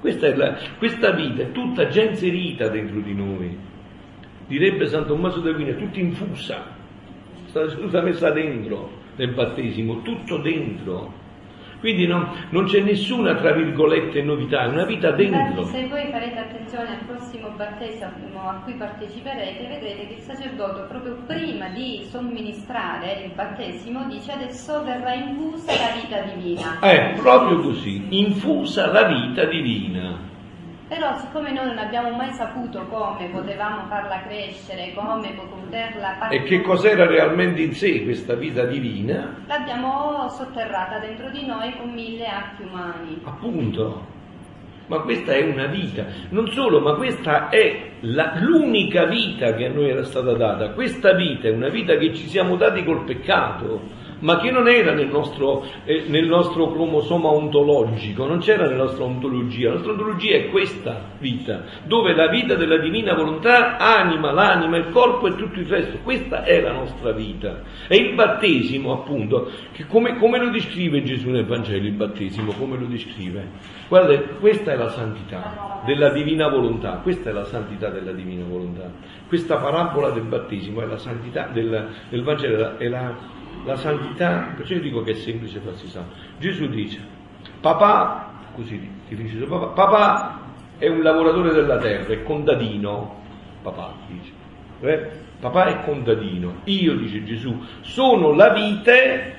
Questa, è la, questa vita è tutta genserita dentro di noi. Direbbe San Tommaso d'Aquino, è tutta infusa, sta tutta messa dentro nel battesimo, tutto dentro. Quindi no, non c'è nessuna, tra virgolette, novità, è una vita dentro. Infatti, se voi farete attenzione al prossimo battesimo a cui parteciperete, vedrete che il sacerdote, proprio prima di somministrare il battesimo, dice: adesso verrà infusa la vita divina. È proprio così, infusa la vita divina. Però siccome noi non abbiamo mai saputo come potevamo farla crescere, come poterla partire, E che cos'era realmente in sé questa vita divina? l'abbiamo sotterrata dentro di noi con mille atti umani. Appunto. Ma questa è una vita. Non solo, ma questa è la, l'unica vita che a noi era stata data. Questa vita è una vita che ci siamo dati col peccato, ma che non era nel nostro, eh, nel nostro cromosoma ontologico, non c'era nella nostra ontologia. La nostra ontologia è questa vita, dove la vita della divina volontà anima l'anima, il corpo e tutto il resto. Questa è la nostra vita. E il battesimo, appunto, che come, come lo descrive Gesù nel Vangelo, il battesimo, come lo descrive? Guarda, questa è la santità della divina volontà, questa è la santità della divina volontà. Questa parabola del battesimo è la santità del, del Vangelo, è la... La santità, perciò io dico che è semplice farsi santo. Gesù dice, papà, così ti dice, papà, papà è un lavoratore della terra, è contadino, papà dice, eh? Papà è contadino, io, dice Gesù, sono la vite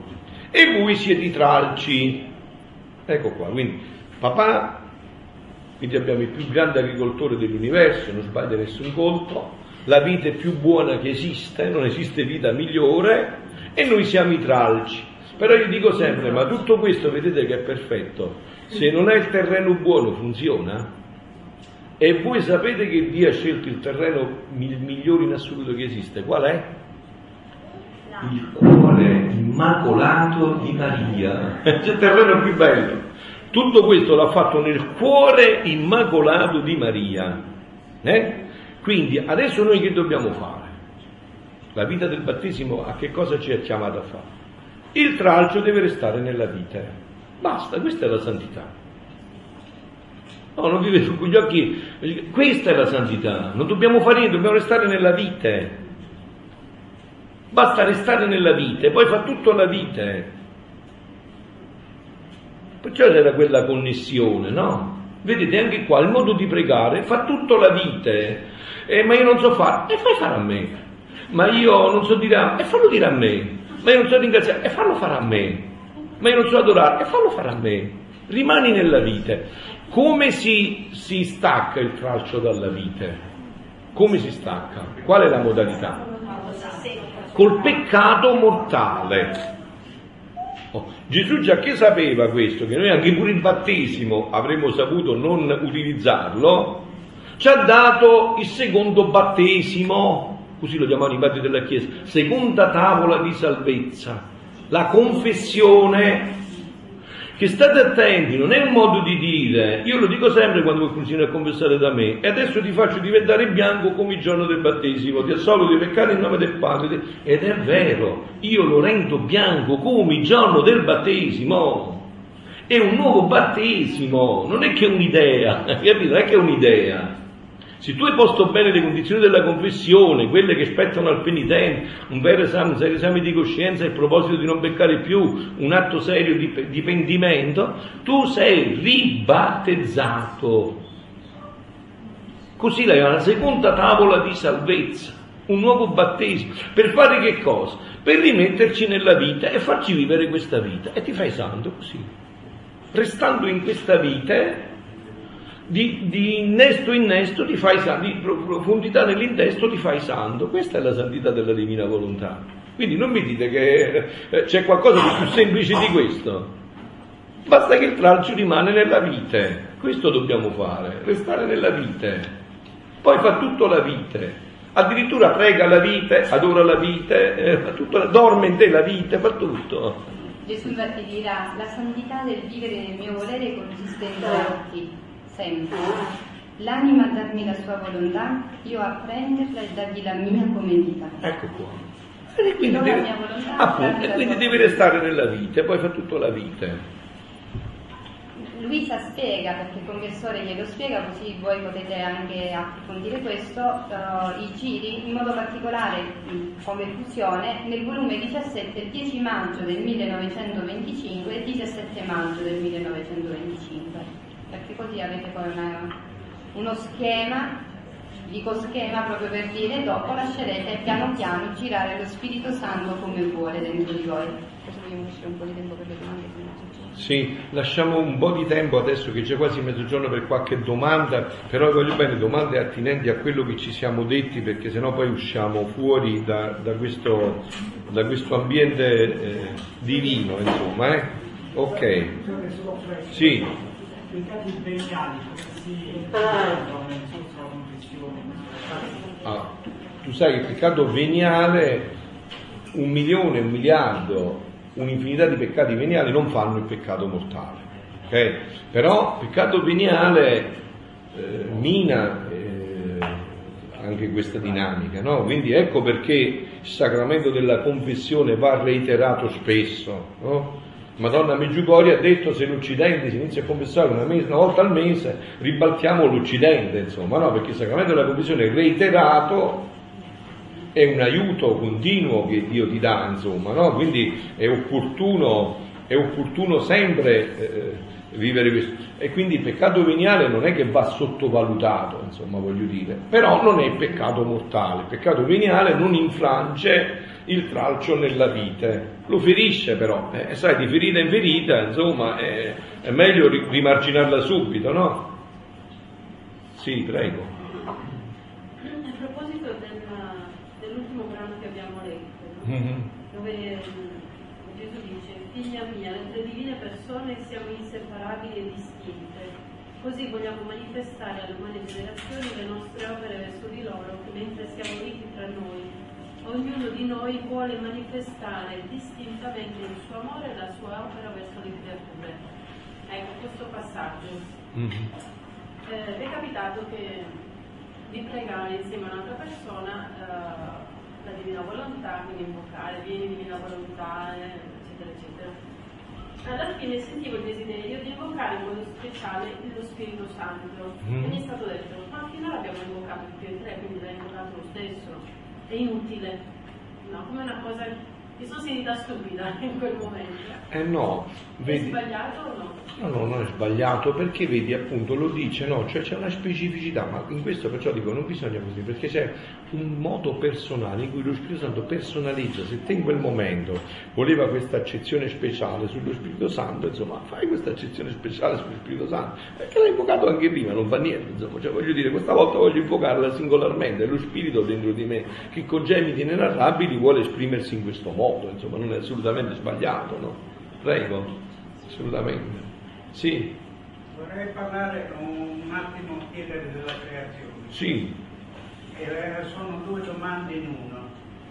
e voi siete i tralci. Ecco qua, quindi papà, quindi abbiamo il più grande agricoltore dell'universo, non sbaglia nessun colpo, la vite più buona che esiste, non esiste vita migliore, e noi siamo i tralci. Però io dico sempre, ma tutto questo vedete che è perfetto, se non è il terreno buono funziona? E voi sapete che Dio ha scelto il terreno migliore in assoluto che esiste, qual è? Il cuore immacolato di Maria. C'è il terreno più bello. Tutto questo l'ha fatto nel cuore immacolato di Maria. Eh? Quindi adesso noi che dobbiamo fare? La vita del battesimo a che cosa ci è chiamata a fare? Il tralcio deve restare nella vite. Basta, questa è la santità. No, non vi vedo con gli occhi. Questa è la santità. Non dobbiamo fare niente, dobbiamo restare nella vite. Basta restare nella vite, poi fa tutto la vite. Perciò c'era quella connessione, no? Vedete anche qua il modo di pregare fa tutto la vite. Eh, ma io non so fare, e fai fare a me. Ma io non so dire a me, e fallo dire a me. Ma io non so ringraziare, e fallo fare a me. Ma io non so adorare, e fallo fare a me. Rimani nella vite. Come si, si stacca il tralcio dalla vite? Come si stacca? Qual è la modalità? Col peccato mortale. Oh, Gesù già che sapeva questo, che noi anche pure il battesimo avremmo saputo non utilizzarlo, ci ha dato il secondo battesimo, così lo chiamavano i padri della Chiesa, seconda tavola di salvezza, la confessione, che state attenti, non è un modo di dire, io lo dico sempre quando qualcuno viene a confessare da me, e adesso ti faccio diventare bianco come il giorno del battesimo, ti assolvo dei peccati in nome del Padre, ed è vero, io lo rendo bianco come il giorno del battesimo, è un nuovo battesimo, non è che è un'idea, capito? Non è che è un'idea. Se tu hai posto bene le condizioni della confessione, quelle che spettano al penitente, un vero esame, un serio esame di coscienza, il proposito di non peccare più, un atto serio di, di pentimento, tu sei ribattezzato. Così la seconda tavola di salvezza, un nuovo battesimo. Per fare che cosa? Per rimetterci nella vita e farci vivere questa vita. E ti fai santo così. Restando in questa vita, Di, di innesto in innesto ti fai santo, di profondità nell'intesto ti fai santo. Questa è la santità della divina volontà. Quindi non mi dite che eh, c'è qualcosa di più semplice di questo. Basta che il tralcio rimane nella vite. Questo dobbiamo fare, restare nella vite. Poi fa tutto la vite. Addirittura prega la vite, adora la vite, eh, fa tutto, dorme in te la vite, fa tutto. Gesù infatti dirà: la santità del vivere nel mio volere consiste in darti sempre l'anima a darmi la sua volontà, io a prenderla e dargli la mia come vita. Ecco qua. E quindi, deve, appunto, e quindi devi restare nella vita, poi fa tutto la vita. Luisa spiega, perché il confessore glielo spiega, così voi potete anche approfondire questo, uh, i giri, in modo particolare mh, come fusione, nel volume diciassette, il dieci maggio del millenovecentoventicinque e il diciassette maggio del millenovecentoventicinque, perché così avete poi una, uno schema, dico schema proprio per dire, dopo lascerete piano piano girare lo Spirito Santo come vuole dentro di voi. Adesso vogliamo lasciare un po' di tempo per le domande. Sì, lasciamo un po' di tempo adesso che c'è quasi mezzogiorno per qualche domanda, però voglio bene domande attinenti a quello che ci siamo detti, perché sennò poi usciamo fuori da, da, questo, da questo ambiente eh, divino, insomma, eh? Ok. Sì. Ah, tu sai che il peccato veniale, un milione, un miliardo, un'infinità di peccati veniali non fanno il peccato mortale, okay? Però il peccato veniale eh, mina eh, anche questa dinamica, no? Quindi ecco perché il sacramento della confessione va reiterato spesso, no? Madonna Meggiugorie ha detto: se l'Occidente si inizia a confessare una, mese, una volta al mese, ribaltiamo l'Occidente, insomma, no? Perché il sacramento della confessione reiterato è un aiuto continuo che Dio ti dà, insomma, no? Quindi è opportuno, è opportuno sempre eh, vivere questo. E quindi il peccato veniale non è che va sottovalutato, insomma, voglio dire, però non è peccato mortale. Il peccato veniale non infrange il tralcio nella vite, lo ferisce però, eh, sai, di ferita in ferita, insomma, è, è meglio rimarginarla subito, no? Sì, prego. A proposito del, dell'ultimo brano che abbiamo letto, Mm-hmm. dove Gesù dice: figlia mia, le tre divine persone siamo inseparabili e distinte, così vogliamo manifestare alle umane generazioni le nostre opere verso di loro, che mentre siamo uniti tra noi, ognuno di noi vuole manifestare distintamente il suo amore e la sua opera verso le creature. Ecco, questo passaggio. Mm-hmm. Eh, è capitato che di pregare insieme a un'altra persona eh, la Divina Volontà, quindi invocare, vieni Divina Volontà, eh, eccetera, eccetera. Alla fine sentivo il desiderio di invocare in modo speciale lo Spirito Santo. Mm. E mi è stato detto: ma finora abbiamo invocato tutti e tre, quindi l'hai invocato lo stesso. È inutile, no? Come una cosa, mi sono sentita stupida in quel momento. Eh no, vedi. È sbagliato o no? No, no, non è sbagliato, perché vedi, appunto, lo dice, no? Cioè c'è una specificità, ma in questo perciò dico non bisogna così, perché c'è un modo personale in cui lo Spirito Santo personalizza. Se te in quel momento voleva questa accezione speciale sullo Spirito Santo, insomma, fai questa accezione speciale sullo Spirito Santo, perché l'hai invocato anche prima, non fa niente, insomma, cioè voglio dire, questa volta voglio invocarla singolarmente, è lo Spirito dentro di me che con gemiti inenarrabili vuole esprimersi in questo modo, insomma, non è assolutamente sbagliato, no? Prego, assolutamente. Sì. Vorrei parlare un attimo, chiedere della creazione. Sì. E sono due domande in uno.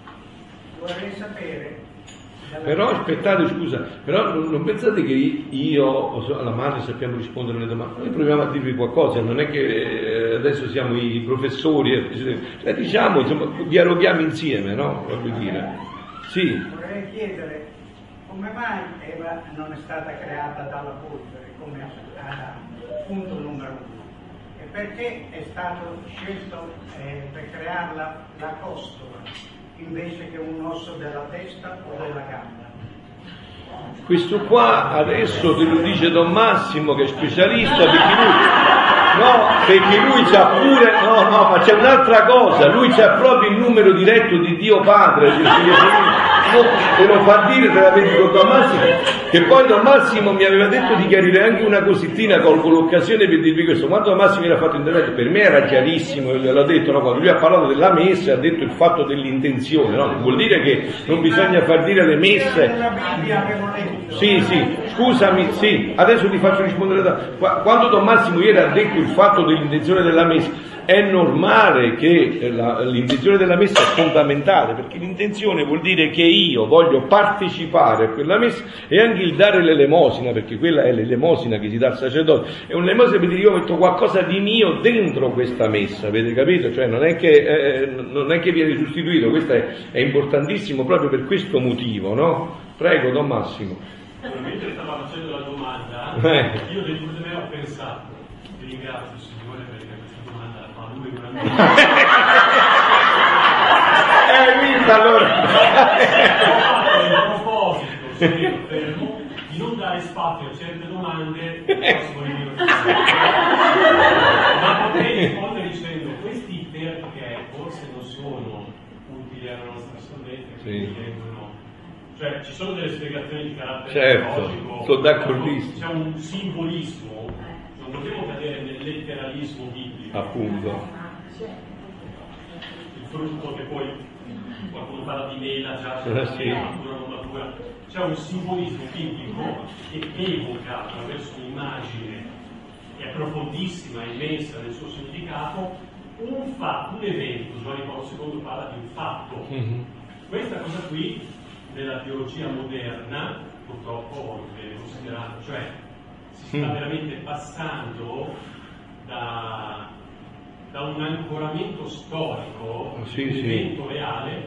Vorrei sapere. Però aspettate, scusa, però non, non pensate che io o la madre sappiamo rispondere alle domande. Noi proviamo a dirvi qualcosa, non è che eh, adesso siamo i professori, cioè, diciamo, insomma, dialoghiamo insieme, no? Voglio dire. Sì. Vorrei chiedere come mai Eva non è stata creata dalla polvere come Adamo, punto numero uno, e perché è stato scelto eh, per crearla la costola invece che un osso della testa o della gamba. Questo qua adesso te lo dice Don Massimo, che è specialista, perché lui, no, perché lui c'ha pure, no, no, ma c'è un'altra cosa, lui c'ha proprio il numero diretto di Dio Padre, te lo fa dire, te la vedi con Don Massimo, che poi Don Massimo mi aveva detto di chiarire anche una cosittina, colgo l'occasione per dirvi questo. Quando Don Massimo mi era fatto intervento, per me era chiarissimo, l'ha detto, no? Quando lui ha parlato della messa, ha detto il fatto dell'intenzione, no? Non vuol dire che non bisogna far dire le messe. Sì, sì, scusami, sì, adesso ti faccio rispondere da... Quando Don Massimo ieri ha detto il fatto dell'intenzione della messa, è normale che la, l'intenzione della messa è fondamentale, perché l'intenzione vuol dire che io voglio partecipare a quella messa, e anche il dare l'elemosina, perché quella è l'elemosina che si dà al sacerdote, è un'elemosina per dire io metto qualcosa di mio dentro questa messa, avete capito? Cioè non è che, eh, non è che viene sostituito, questo è, è importantissimo proprio per questo motivo, no? Prego, Don Massimo. Mentre stava facendo la domanda, eh. io dentro di me ho pensato, ti ringrazio Signore perché questa domanda la fa lui una mia. Eh, vinta allora! Ho fatto il proposito, se fermo, di non dare spazio a certe domande che possono venire. Ma potrei rispondere dicendo, questi perché forse non sono utili alla nostra salvezza, quindi Sì. vengono. Cioè, ci sono delle spiegazioni di carattere Certo, teologico, sono d'accordissimo. c'è un simbolismo, non dobbiamo cadere nel letteralismo biblico. Appunto. Il frutto che poi qualcuno parla di mela già, Eh, sì. matura non matura. C'è un simbolismo biblico che evoca attraverso un'immagine che è profondissima, immensa nel suo significato, un fatto, un evento. Giovanni Paolo secondo parla di un fatto. Mm-hmm. Questa cosa qui nella teologia moderna purtroppo è considerato, cioè si sta Mm. veramente passando da, da un ancoramento storico, Sì, un sì. evento reale,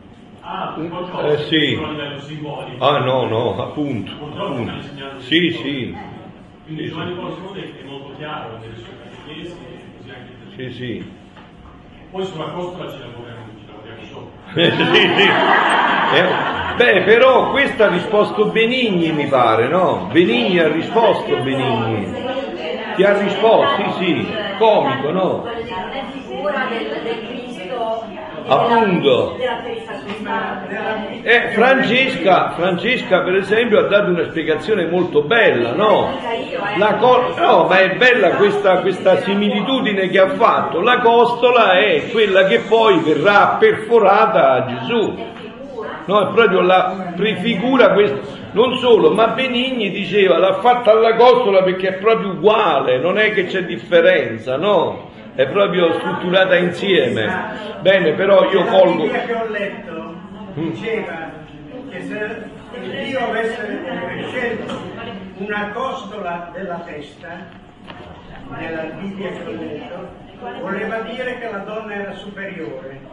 a qualcosa Eh, sì. solo a livello simbolico. Ah no, no, appunto. Purtroppo appunto. stanno insegnando Sì, questo. sì. Quindi Sì, Giovanni sì. Paolo secondo è molto chiaro nelle sue catechesi e così anche Sì, sì. poi sulla costola ci lavoriamo, ci lavoriamo sopra. Eh, sì, sì. Eh, beh, però questo ha risposto Benigni, mi pare, no? Benigni ha risposto, Benigni. Ti ha risposto, sì, sì. Comico, no? La figura del, del Cristo Appunto. della perifatalità. Eh, Francesca, Francesca per esempio ha dato una spiegazione molto bella, no? La co- no, ma è bella questa, questa similitudine che ha fatto. La costola è quella che poi verrà perforata a Gesù. No, è proprio la prefigura questo. Non solo, ma Benigni diceva l'ha fatta alla costola perché è proprio uguale, non è che c'è differenza, no? È proprio strutturata insieme. Bene, però io La colgo. Bibbia che ho letto diceva che se Dio avesse scelto una costola della testa, nella Bibbia che ho letto, voleva dire che la donna era superiore.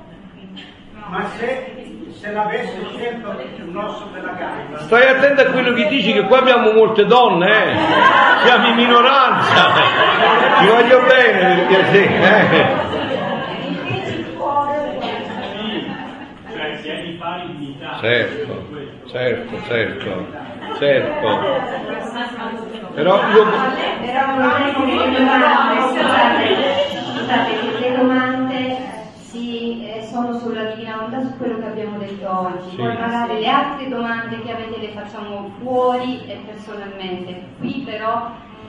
Ma se, se l'avesse scelto un osso della gamba, Stai attento a quello che dici, che qua abbiamo molte donne, eh? Siamo in minoranza. Ti voglio bene perché sì, eh? Cioè si è di pari dignità. Certo, certo, certo, certo. Però io. Però non è che le domande, scusate, scusate, che le domande si, eh, sono sulla Divina Volontà, su quello che abbiamo detto oggi. Sì. Poi magari le altre domande che avete le facciamo fuori e personalmente. Qui però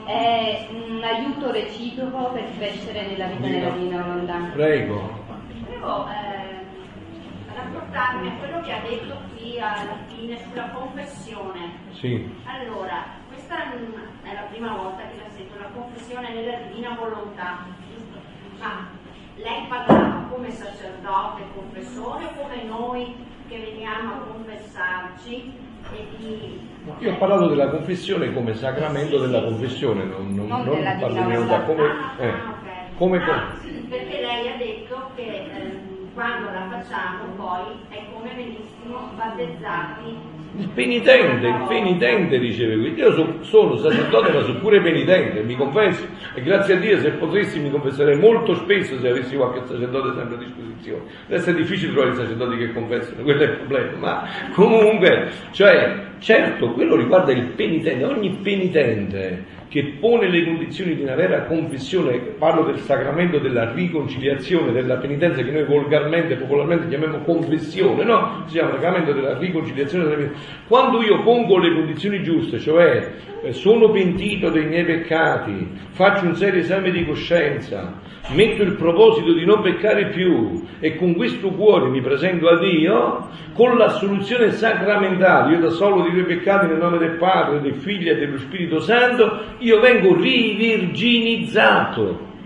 è un aiuto reciproco per crescere nella vita della Divina Volontà. Prego. Volevo eh, rapportarmi a quello che ha detto qui alla fine sulla confessione. Sì. Allora, questa è la prima volta che la sento, la confessione nella Divina Volontà, giusto? Ma lei parlava come sacerdote confessore o come noi che veniamo a confessarci e di... Io ho parlato della confessione come sacramento della confessione, non, non, Non non della parlo Divina di unità, Volontà. come, Ah, eh, ah, ok. come Ah, sì, perché lei ha detto che ehm, quando la facciamo poi è come venissimo battezzati. il penitente, il penitente riceve questo. Io so- sono sacerdote ma sono pure penitente, mi confesso, e grazie a Dio se potessi mi confesserei molto spesso se avessi qualche sacerdote sempre a disposizione. Adesso è difficile trovare i sacerdoti che confessano, quello è il problema, ma comunque, cioè, certo, quello riguarda il penitente, ogni penitente che pone le condizioni di una vera confessione, parlo del sacramento della riconciliazione, della penitenza che noi volgarmente, popolarmente chiamiamo confessione, no? Si chiama sacramento della riconciliazione della penitenza. Quando io pongo le condizioni giuste, cioè eh, sono pentito dei miei peccati, faccio un serio esame di coscienza, metto il proposito di non peccare più e con questo cuore mi presento a Dio, con l'assoluzione sacramentale, io da solo di quei peccati nel nome del Padre, del Figlio e dello Spirito Santo, io vengo rivirginizzato.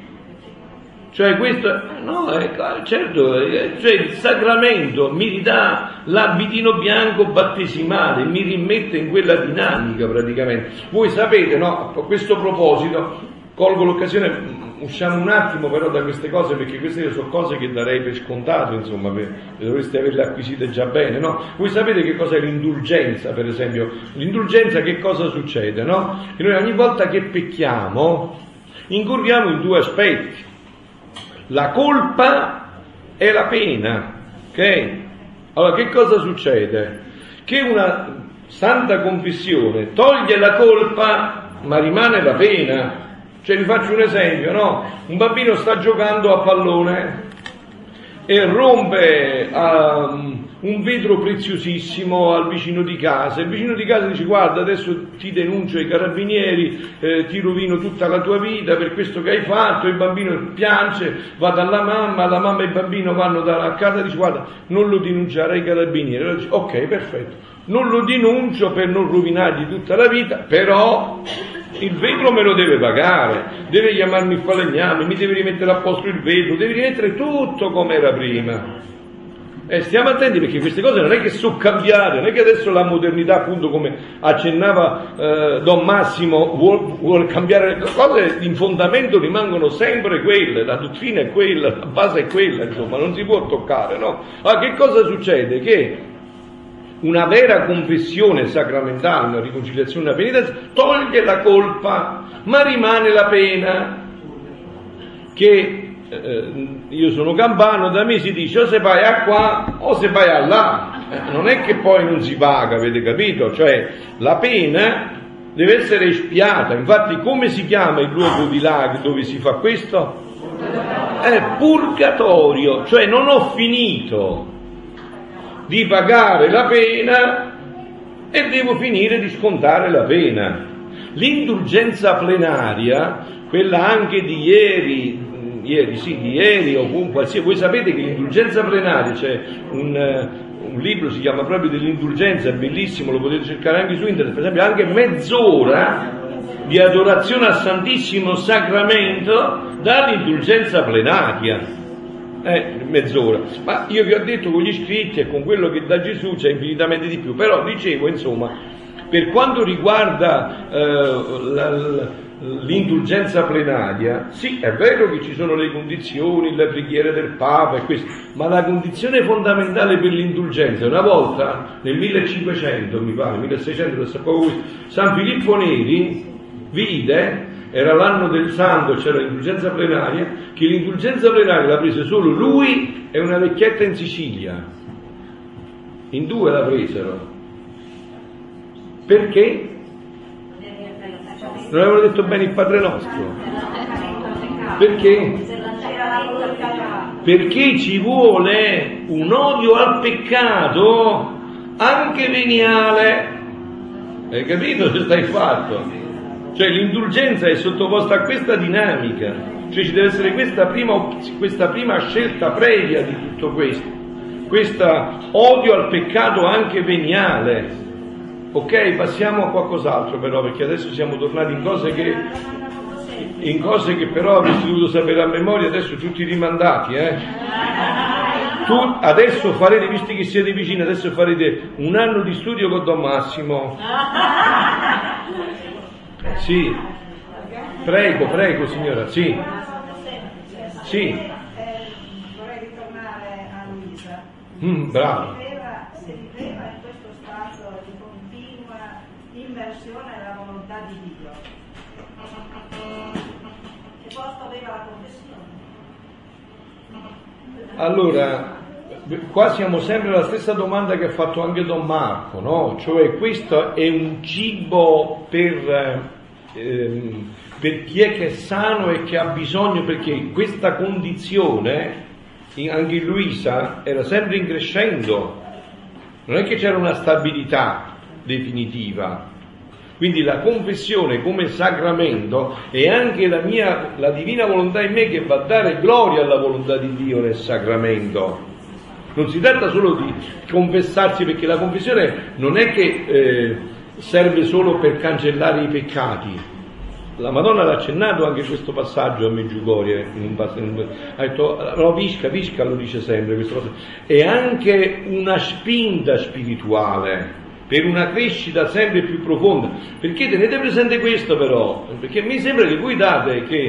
Cioè questo, no, è, certo, è, cioè il sacramento mi ridà l'abitino bianco battesimale, mi rimette in quella dinamica praticamente. Voi sapete, no, a questo proposito, colgo l'occasione, usciamo un attimo però da queste cose, perché queste sono cose che darei per scontato, insomma, per, dovreste averle acquisite già bene, no? Voi sapete che cosa è l'indulgenza, per esempio? L'indulgenza che cosa succede, no? Che noi ogni volta che pecchiamo incorriamo in due aspetti, la colpa e la pena, ok? Allora che cosa succede? Che una santa confessione toglie la colpa ma rimane la pena. Cioè vi faccio un esempio, no? Un bambino sta giocando a pallone e rompe um, un vetro preziosissimo al vicino di casa. Il vicino di casa dice: guarda, adesso ti denuncio ai carabinieri, eh, ti rovino tutta la tua vita per questo che hai fatto. Il bambino piange, va dalla mamma, la mamma e il bambino vanno dalla casa e dice: guarda, non lo denunciare ai carabinieri. Allora dice: ok, perfetto, non lo denuncio per non rovinargli tutta la vita, però il vetro me lo deve pagare, deve chiamarmi il falegname, mi deve rimettere a posto il vetro, deve rimettere tutto come era prima. E stiamo attenti, perché queste cose non è che sono cambiate, non è che adesso la modernità, appunto come accennava eh, Don Massimo, vuol, vuol cambiare le cose, in fondamento rimangono sempre quelle, la dottrina è quella, la base è quella, insomma, non si può toccare, no? Allora che cosa succede? Che una vera confessione sacramentale, una riconciliazione, una penitenza, toglie la colpa, ma rimane la pena. Che eh, io sono campano, da me si dice o se vai a qua o se vai a là, eh, non è che poi non si paga, avete capito? Cioè la pena deve essere espiata. Infatti come si chiama il luogo di là dove si fa questo? È purgatorio, cioè non ho finito di pagare la pena e devo finire di scontare la pena. L'indulgenza plenaria, quella anche di ieri, ieri sì, di ieri o qualsiasi, voi sapete che l'indulgenza plenaria, c'è un, un libro, si chiama proprio dell'indulgenza, è bellissimo, lo potete cercare anche su internet, per esempio anche mezz'ora di adorazione al Santissimo Sacramento dall'indulgenza plenaria. Eh, mezz'ora, ma io vi ho detto con gli scritti e con quello che da Gesù c'è infinitamente di più, però dicevo, insomma, per quanto riguarda eh, la, la, l'indulgenza plenaria, sì, è vero che ci sono le condizioni, le preghiere del Papa e questo, ma la condizione fondamentale per l'indulgenza, una volta nel millecinquecento, mi pare, milleseicento, San Filippo Neri vide, era l'anno del santo, c'era l'indulgenza plenaria, che l'indulgenza plenaria l'ha presa solo lui e una vecchietta in Sicilia. In due la presero. Perché? Non avevano detto bene il Padre Nostro. Perché? Perché ci vuole un odio al peccato anche veniale. Hai capito che stai fatto? Cioè l'indulgenza è sottoposta a questa dinamica, cioè ci deve essere questa prima, questa prima scelta previa di tutto questo, questo odio al peccato anche veniale. Ok, passiamo a qualcos'altro però, perché adesso siamo tornati in cose che, in cose che però avreste dovuto sapere a memoria, adesso tutti rimandati, eh? Tu adesso farete, visto che siete vicini, adesso farete un anno di studio con Don Massimo. Sì, prego, prego signora, sì, sì. Vorrei ritornare a Luisa. Mm, bravo. Si viveva, si viveva in questo stato di continua immersione nella volontà di Dio. Che posto aveva la confessione? Allora, qua siamo sempre alla stessa domanda che ha fatto anche Don Marco, no? Cioè questo è un cibo per... Ehm, per chi è che è sano e che ha bisogno, perché questa condizione anche in Luisa era sempre in crescendo, non è che c'era una stabilità definitiva. Quindi la confessione come sacramento è anche la mia, la divina volontà in me che va a dare gloria alla volontà di Dio nel sacramento. Non si tratta solo di confessarsi, perché la confessione non è che eh, serve solo per cancellare i peccati. La Madonna l'ha accennato anche questo passaggio a Medjugorje, in un pass- in un, ha detto, no, Visca, Visca lo dice sempre, questa cosa. È anche una spinta spirituale per una crescita sempre più profonda. Perché tenete presente questo però, perché mi sembra che voi date che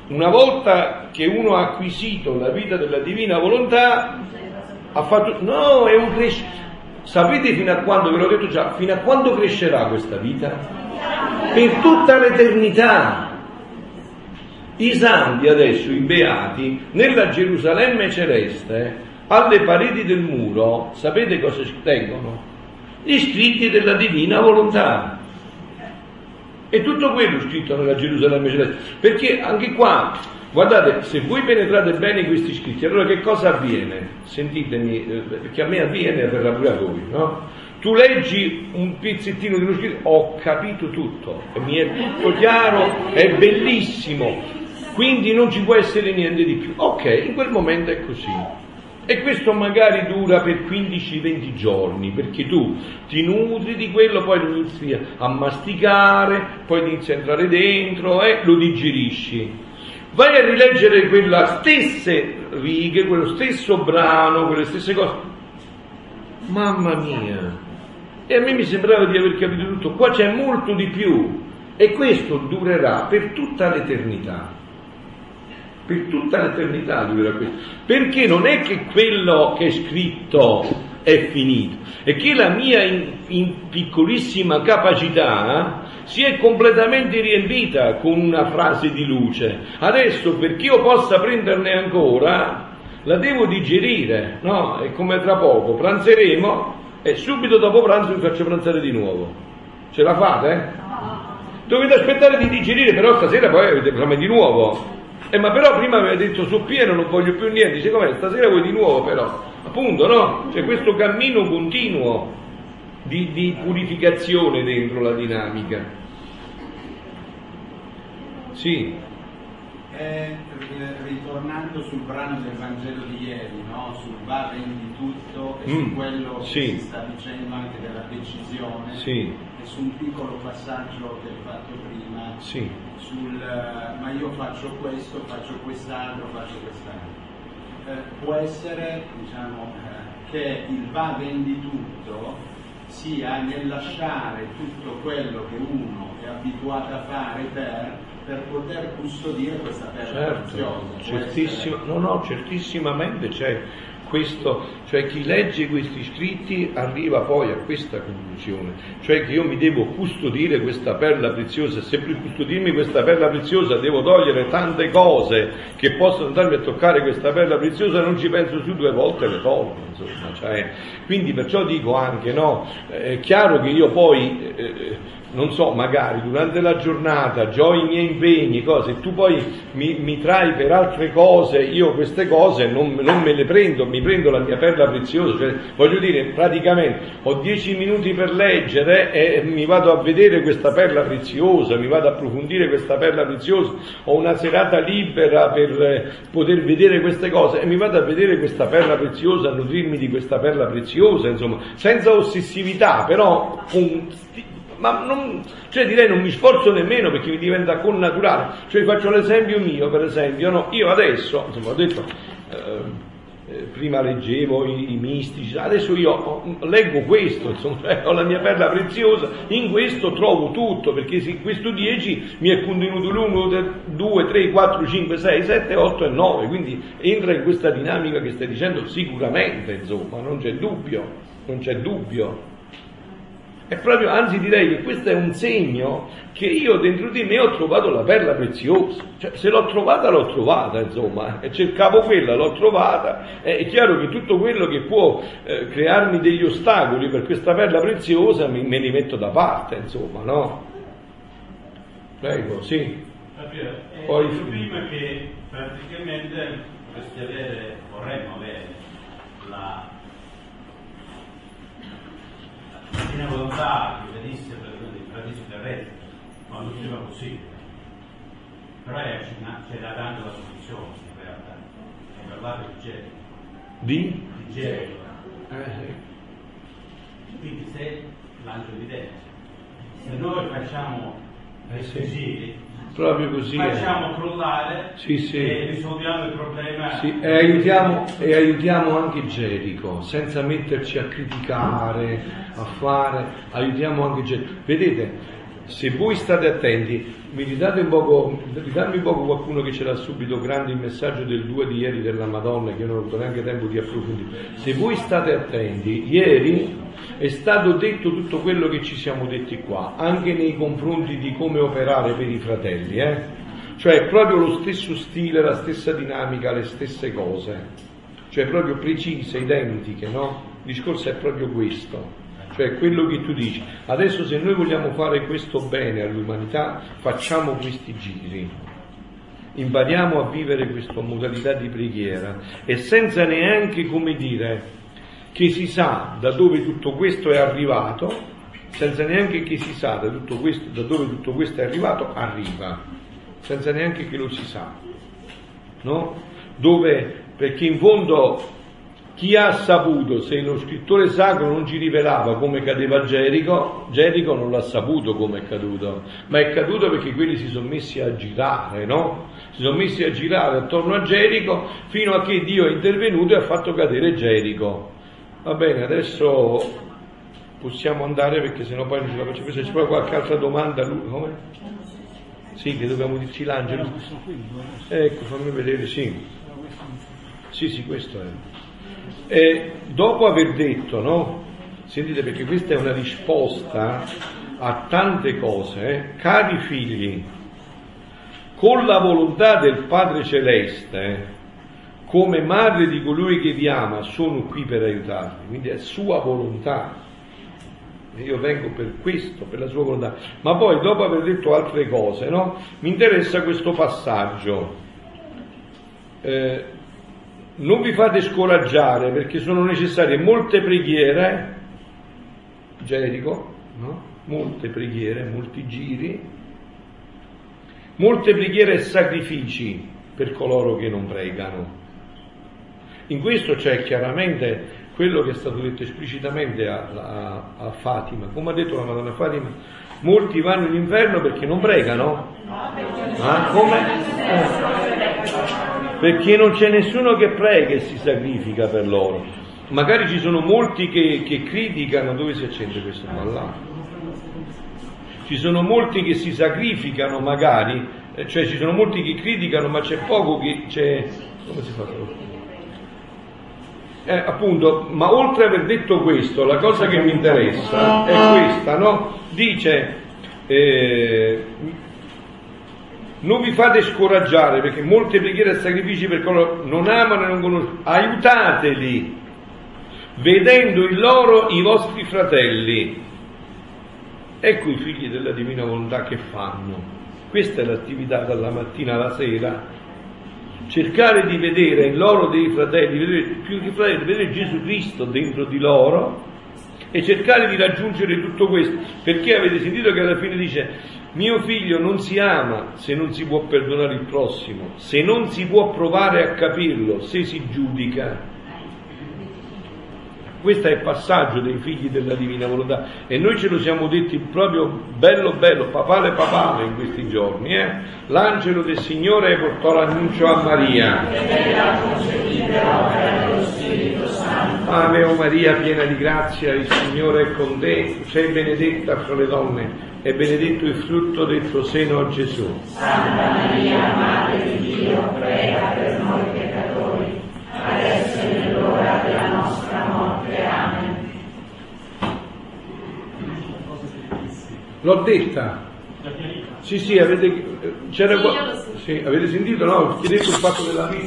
Una volta che uno ha acquisito la vita della divina volontà, ha fatto... No, è un crescita. Sapete fino a quando, ve l'ho detto già, fino a quando crescerà questa vita? Per tutta l'eternità. I santi adesso, i beati, nella Gerusalemme celeste, alle pareti del muro, sapete cosa tengono? Gli scritti della divina volontà. E tutto quello scritto nella Gerusalemme celeste. Perché anche qua, guardate, se voi penetrate bene questi scritti, allora che cosa avviene? Sentitemi, perché a me avviene per la pure a voi, no? Tu leggi un pezzettino di uno scritto, ho capito tutto, e mi è tutto chiaro, è bellissimo, quindi non ci può essere niente di più. Ok, in quel momento è così. E questo magari dura per quindici venti giorni, perché tu ti nutri di quello, poi lo inizi a masticare, poi ti inizi a entrare dentro e lo digerisci. Vai a rileggere quelle stesse righe, quello stesso brano, quelle stesse cose. Mamma mia! E a me mi sembrava di aver capito tutto. Qua c'è molto di più. E questo durerà per tutta l'eternità. Per tutta l'eternità durerà questo. Perché non è che quello che è scritto è finito, è che la mia in, in piccolissima capacità si è completamente riempita con una frase di luce. Adesso, perché io possa prenderne ancora, la devo digerire, no? E come tra poco pranzeremo e subito dopo pranzo vi faccio pranzare di nuovo. Ce la fate? Dovete aspettare di digerire, però stasera poi avete fame di nuovo. Eh, ma però prima aveva detto sono pieno, non voglio più niente. Dice com'è? Stasera vuoi di nuovo però. Appunto, no? C'è questo cammino continuo di, di purificazione dentro la dinamica. Sì. Eh, ritornando sul brano del Vangelo di ieri, no? Sul va rendi tutto e mm, su quello sì. che si sta dicendo anche della decisione, sì. e su un piccolo passaggio che hai fatto prima, sì. sul uh, ma io faccio questo, faccio quest'altro, faccio quest'altro. Eh, può essere, diciamo, eh, che il va vendi tutto sia nel lasciare tutto quello che uno è abituato a fare per per poter custodire questa terra preziosa. Certo, certissimo, no, no, certissimamente c'è questo, cioè chi legge questi scritti arriva poi a questa conclusione, cioè che io mi devo custodire questa perla preziosa, se per custodirmi questa perla preziosa devo togliere tante cose che possono andarmi a toccare questa perla preziosa, non ci penso su due volte, le tolgo, insomma, cioè, quindi perciò dico anche, no, è chiaro che io poi eh, non so, magari durante la giornata già ho i miei impegni, cose, tu poi mi, mi trai per altre cose, io queste cose non, non me le prendo, mi prendo la mia perla preziosa, cioè, voglio dire, praticamente ho dieci minuti per leggere e mi vado a vedere questa perla preziosa, mi vado a approfondire questa perla preziosa, ho una serata libera per eh, poter vedere queste cose e mi vado a vedere questa perla preziosa, a nutrirmi di questa perla preziosa, insomma, senza ossessività, però con... ma non, cioè direi non mi sforzo nemmeno perché mi diventa connaturale, cioè faccio l'esempio mio, per esempio, no? Io adesso, insomma, ho detto, eh, eh, prima leggevo i, i mistici, adesso io ho, leggo questo, insomma, ho la mia perla preziosa, in questo trovo tutto, perché se questo dieci mi è contenuto l'uno, due, tre, quattro, cinque, sei, sette, otto e nove, quindi entra in questa dinamica che stai dicendo sicuramente, insomma, non c'è dubbio, non c'è dubbio. È proprio, anzi direi che questo è un segno che io dentro di me ho trovato la perla preziosa, cioè se l'ho trovata l'ho trovata, insomma, e cercavo quella, l'ho trovata, è chiaro che tutto quello che può eh, crearmi degli ostacoli per questa perla preziosa mi, me li metto da parte, insomma, no? Prego, sì. Eh, Poi prima che praticamente potresti avere, vorremmo avere la la divina volontà che venisse praticamente il paradiso terrestre, ma non diceva possibile. Però è, c'è da dare la soluzione in realtà, è parlare di Gerico. Di? Di Gerico. Eh. Quindi se l'angelo di Dio, se noi facciamo eh sì. così, proprio così facciamo è. crollare sì, sì. e risolviamo il problema sì, e, aiutiamo, e aiutiamo anche Gerico senza metterci a criticare, a fare, aiutiamo anche Gerico. Vedete, se voi state attenti, mi ridate un poco, ridammi un poco qualcuno che ce l'ha subito grande il messaggio del due di ieri della Madonna, che io non ho avuto neanche tempo di approfondire. Se voi state attenti, ieri è stato detto tutto quello che ci siamo detti qua, anche nei confronti di come operare per i fratelli, eh? Cioè proprio lo stesso stile, la stessa dinamica, le stesse cose, cioè proprio precise, identiche, no? Il discorso è proprio questo. Cioè quello che tu dici, adesso se noi vogliamo fare questo bene all'umanità, facciamo questi giri, impariamo a vivere questa modalità di preghiera e senza neanche, come dire, che si sa da dove tutto questo è arrivato, senza neanche che si sa da, tutto questo, da dove tutto questo è arrivato, arriva, senza neanche che lo si sa, no? Dove, perché in fondo chi ha saputo, se lo scrittore sacro non ci rivelava come cadeva Gerico, Gerico non l'ha saputo come è caduto, ma è caduto perché quelli si sono messi a girare, no? Si sono messi a girare attorno a Gerico fino a che Dio è intervenuto e ha fatto cadere Gerico. Va bene, adesso possiamo andare perché sennò poi non ce la faccio. Se c'è poi qualche altra domanda, lui, come? Sì, che dobbiamo dirci l'angelo. Ecco, fammi vedere, sì. Sì, sì, questo è. E dopo aver detto, no? Sentite, perché questa è una risposta a tante cose, eh? Cari figli, con la volontà del Padre Celeste, come madre di colui che vi ama, sono qui per aiutarvi, quindi è sua volontà, io vengo per questo, per la sua volontà. Ma poi dopo aver detto altre cose, no? Mi interessa questo passaggio. Eh, Non vi fate scoraggiare perché sono necessarie molte preghiere, Gerico, no? Molte preghiere, molti giri, molte preghiere e sacrifici per coloro che non pregano. In questo c'è chiaramente quello che è stato detto esplicitamente a, a, a Fatima, come ha detto la Madonna Fatima, molti vanno in inferno perché non pregano? Ah, come? Eh. Perché non c'è nessuno che prega e si sacrifica per loro. Magari ci sono molti che, che criticano, dove si accende questo qua là? Ci sono molti che si sacrificano magari, cioè ci sono molti che criticano, ma c'è poco che c'è. Come si fa? Eh, appunto, ma oltre ad aver detto questo, la cosa che mi interessa è questa, no? Dice eh, non vi fate scoraggiare perché molte preghiere e sacrifici per coloro che non amano e non conoscono, aiutateli vedendo in loro i vostri fratelli. Ecco i figli della divina volontà che fanno, questa è l'attività dalla mattina alla sera, cercare di vedere in loro dei fratelli, vedere più che fratelli, vedere Gesù Cristo dentro di loro e cercare di raggiungere tutto questo, perché avete sentito che alla fine dice mio figlio non si ama se non si può perdonare il prossimo, se non si può provare a capirlo, se si giudica. Questo è il passaggio dei figli della divina volontà e noi ce lo siamo detti proprio bello bello, papale papale in questi giorni. Eh? L'angelo del Signore portò l'annuncio a Maria. Ave Maria, piena di grazia, il Signore è con te, sei benedetta fra le donne e benedetto il frutto del tuo seno, Gesù. Santa Maria, Madre di Dio, prega per noi peccatori, adesso è nell'ora della nostra morte. Amen. L'ho detta? Sì, sì, avete, c'era qua, sì, avete sentito, no? Chiedete il fatto della lista.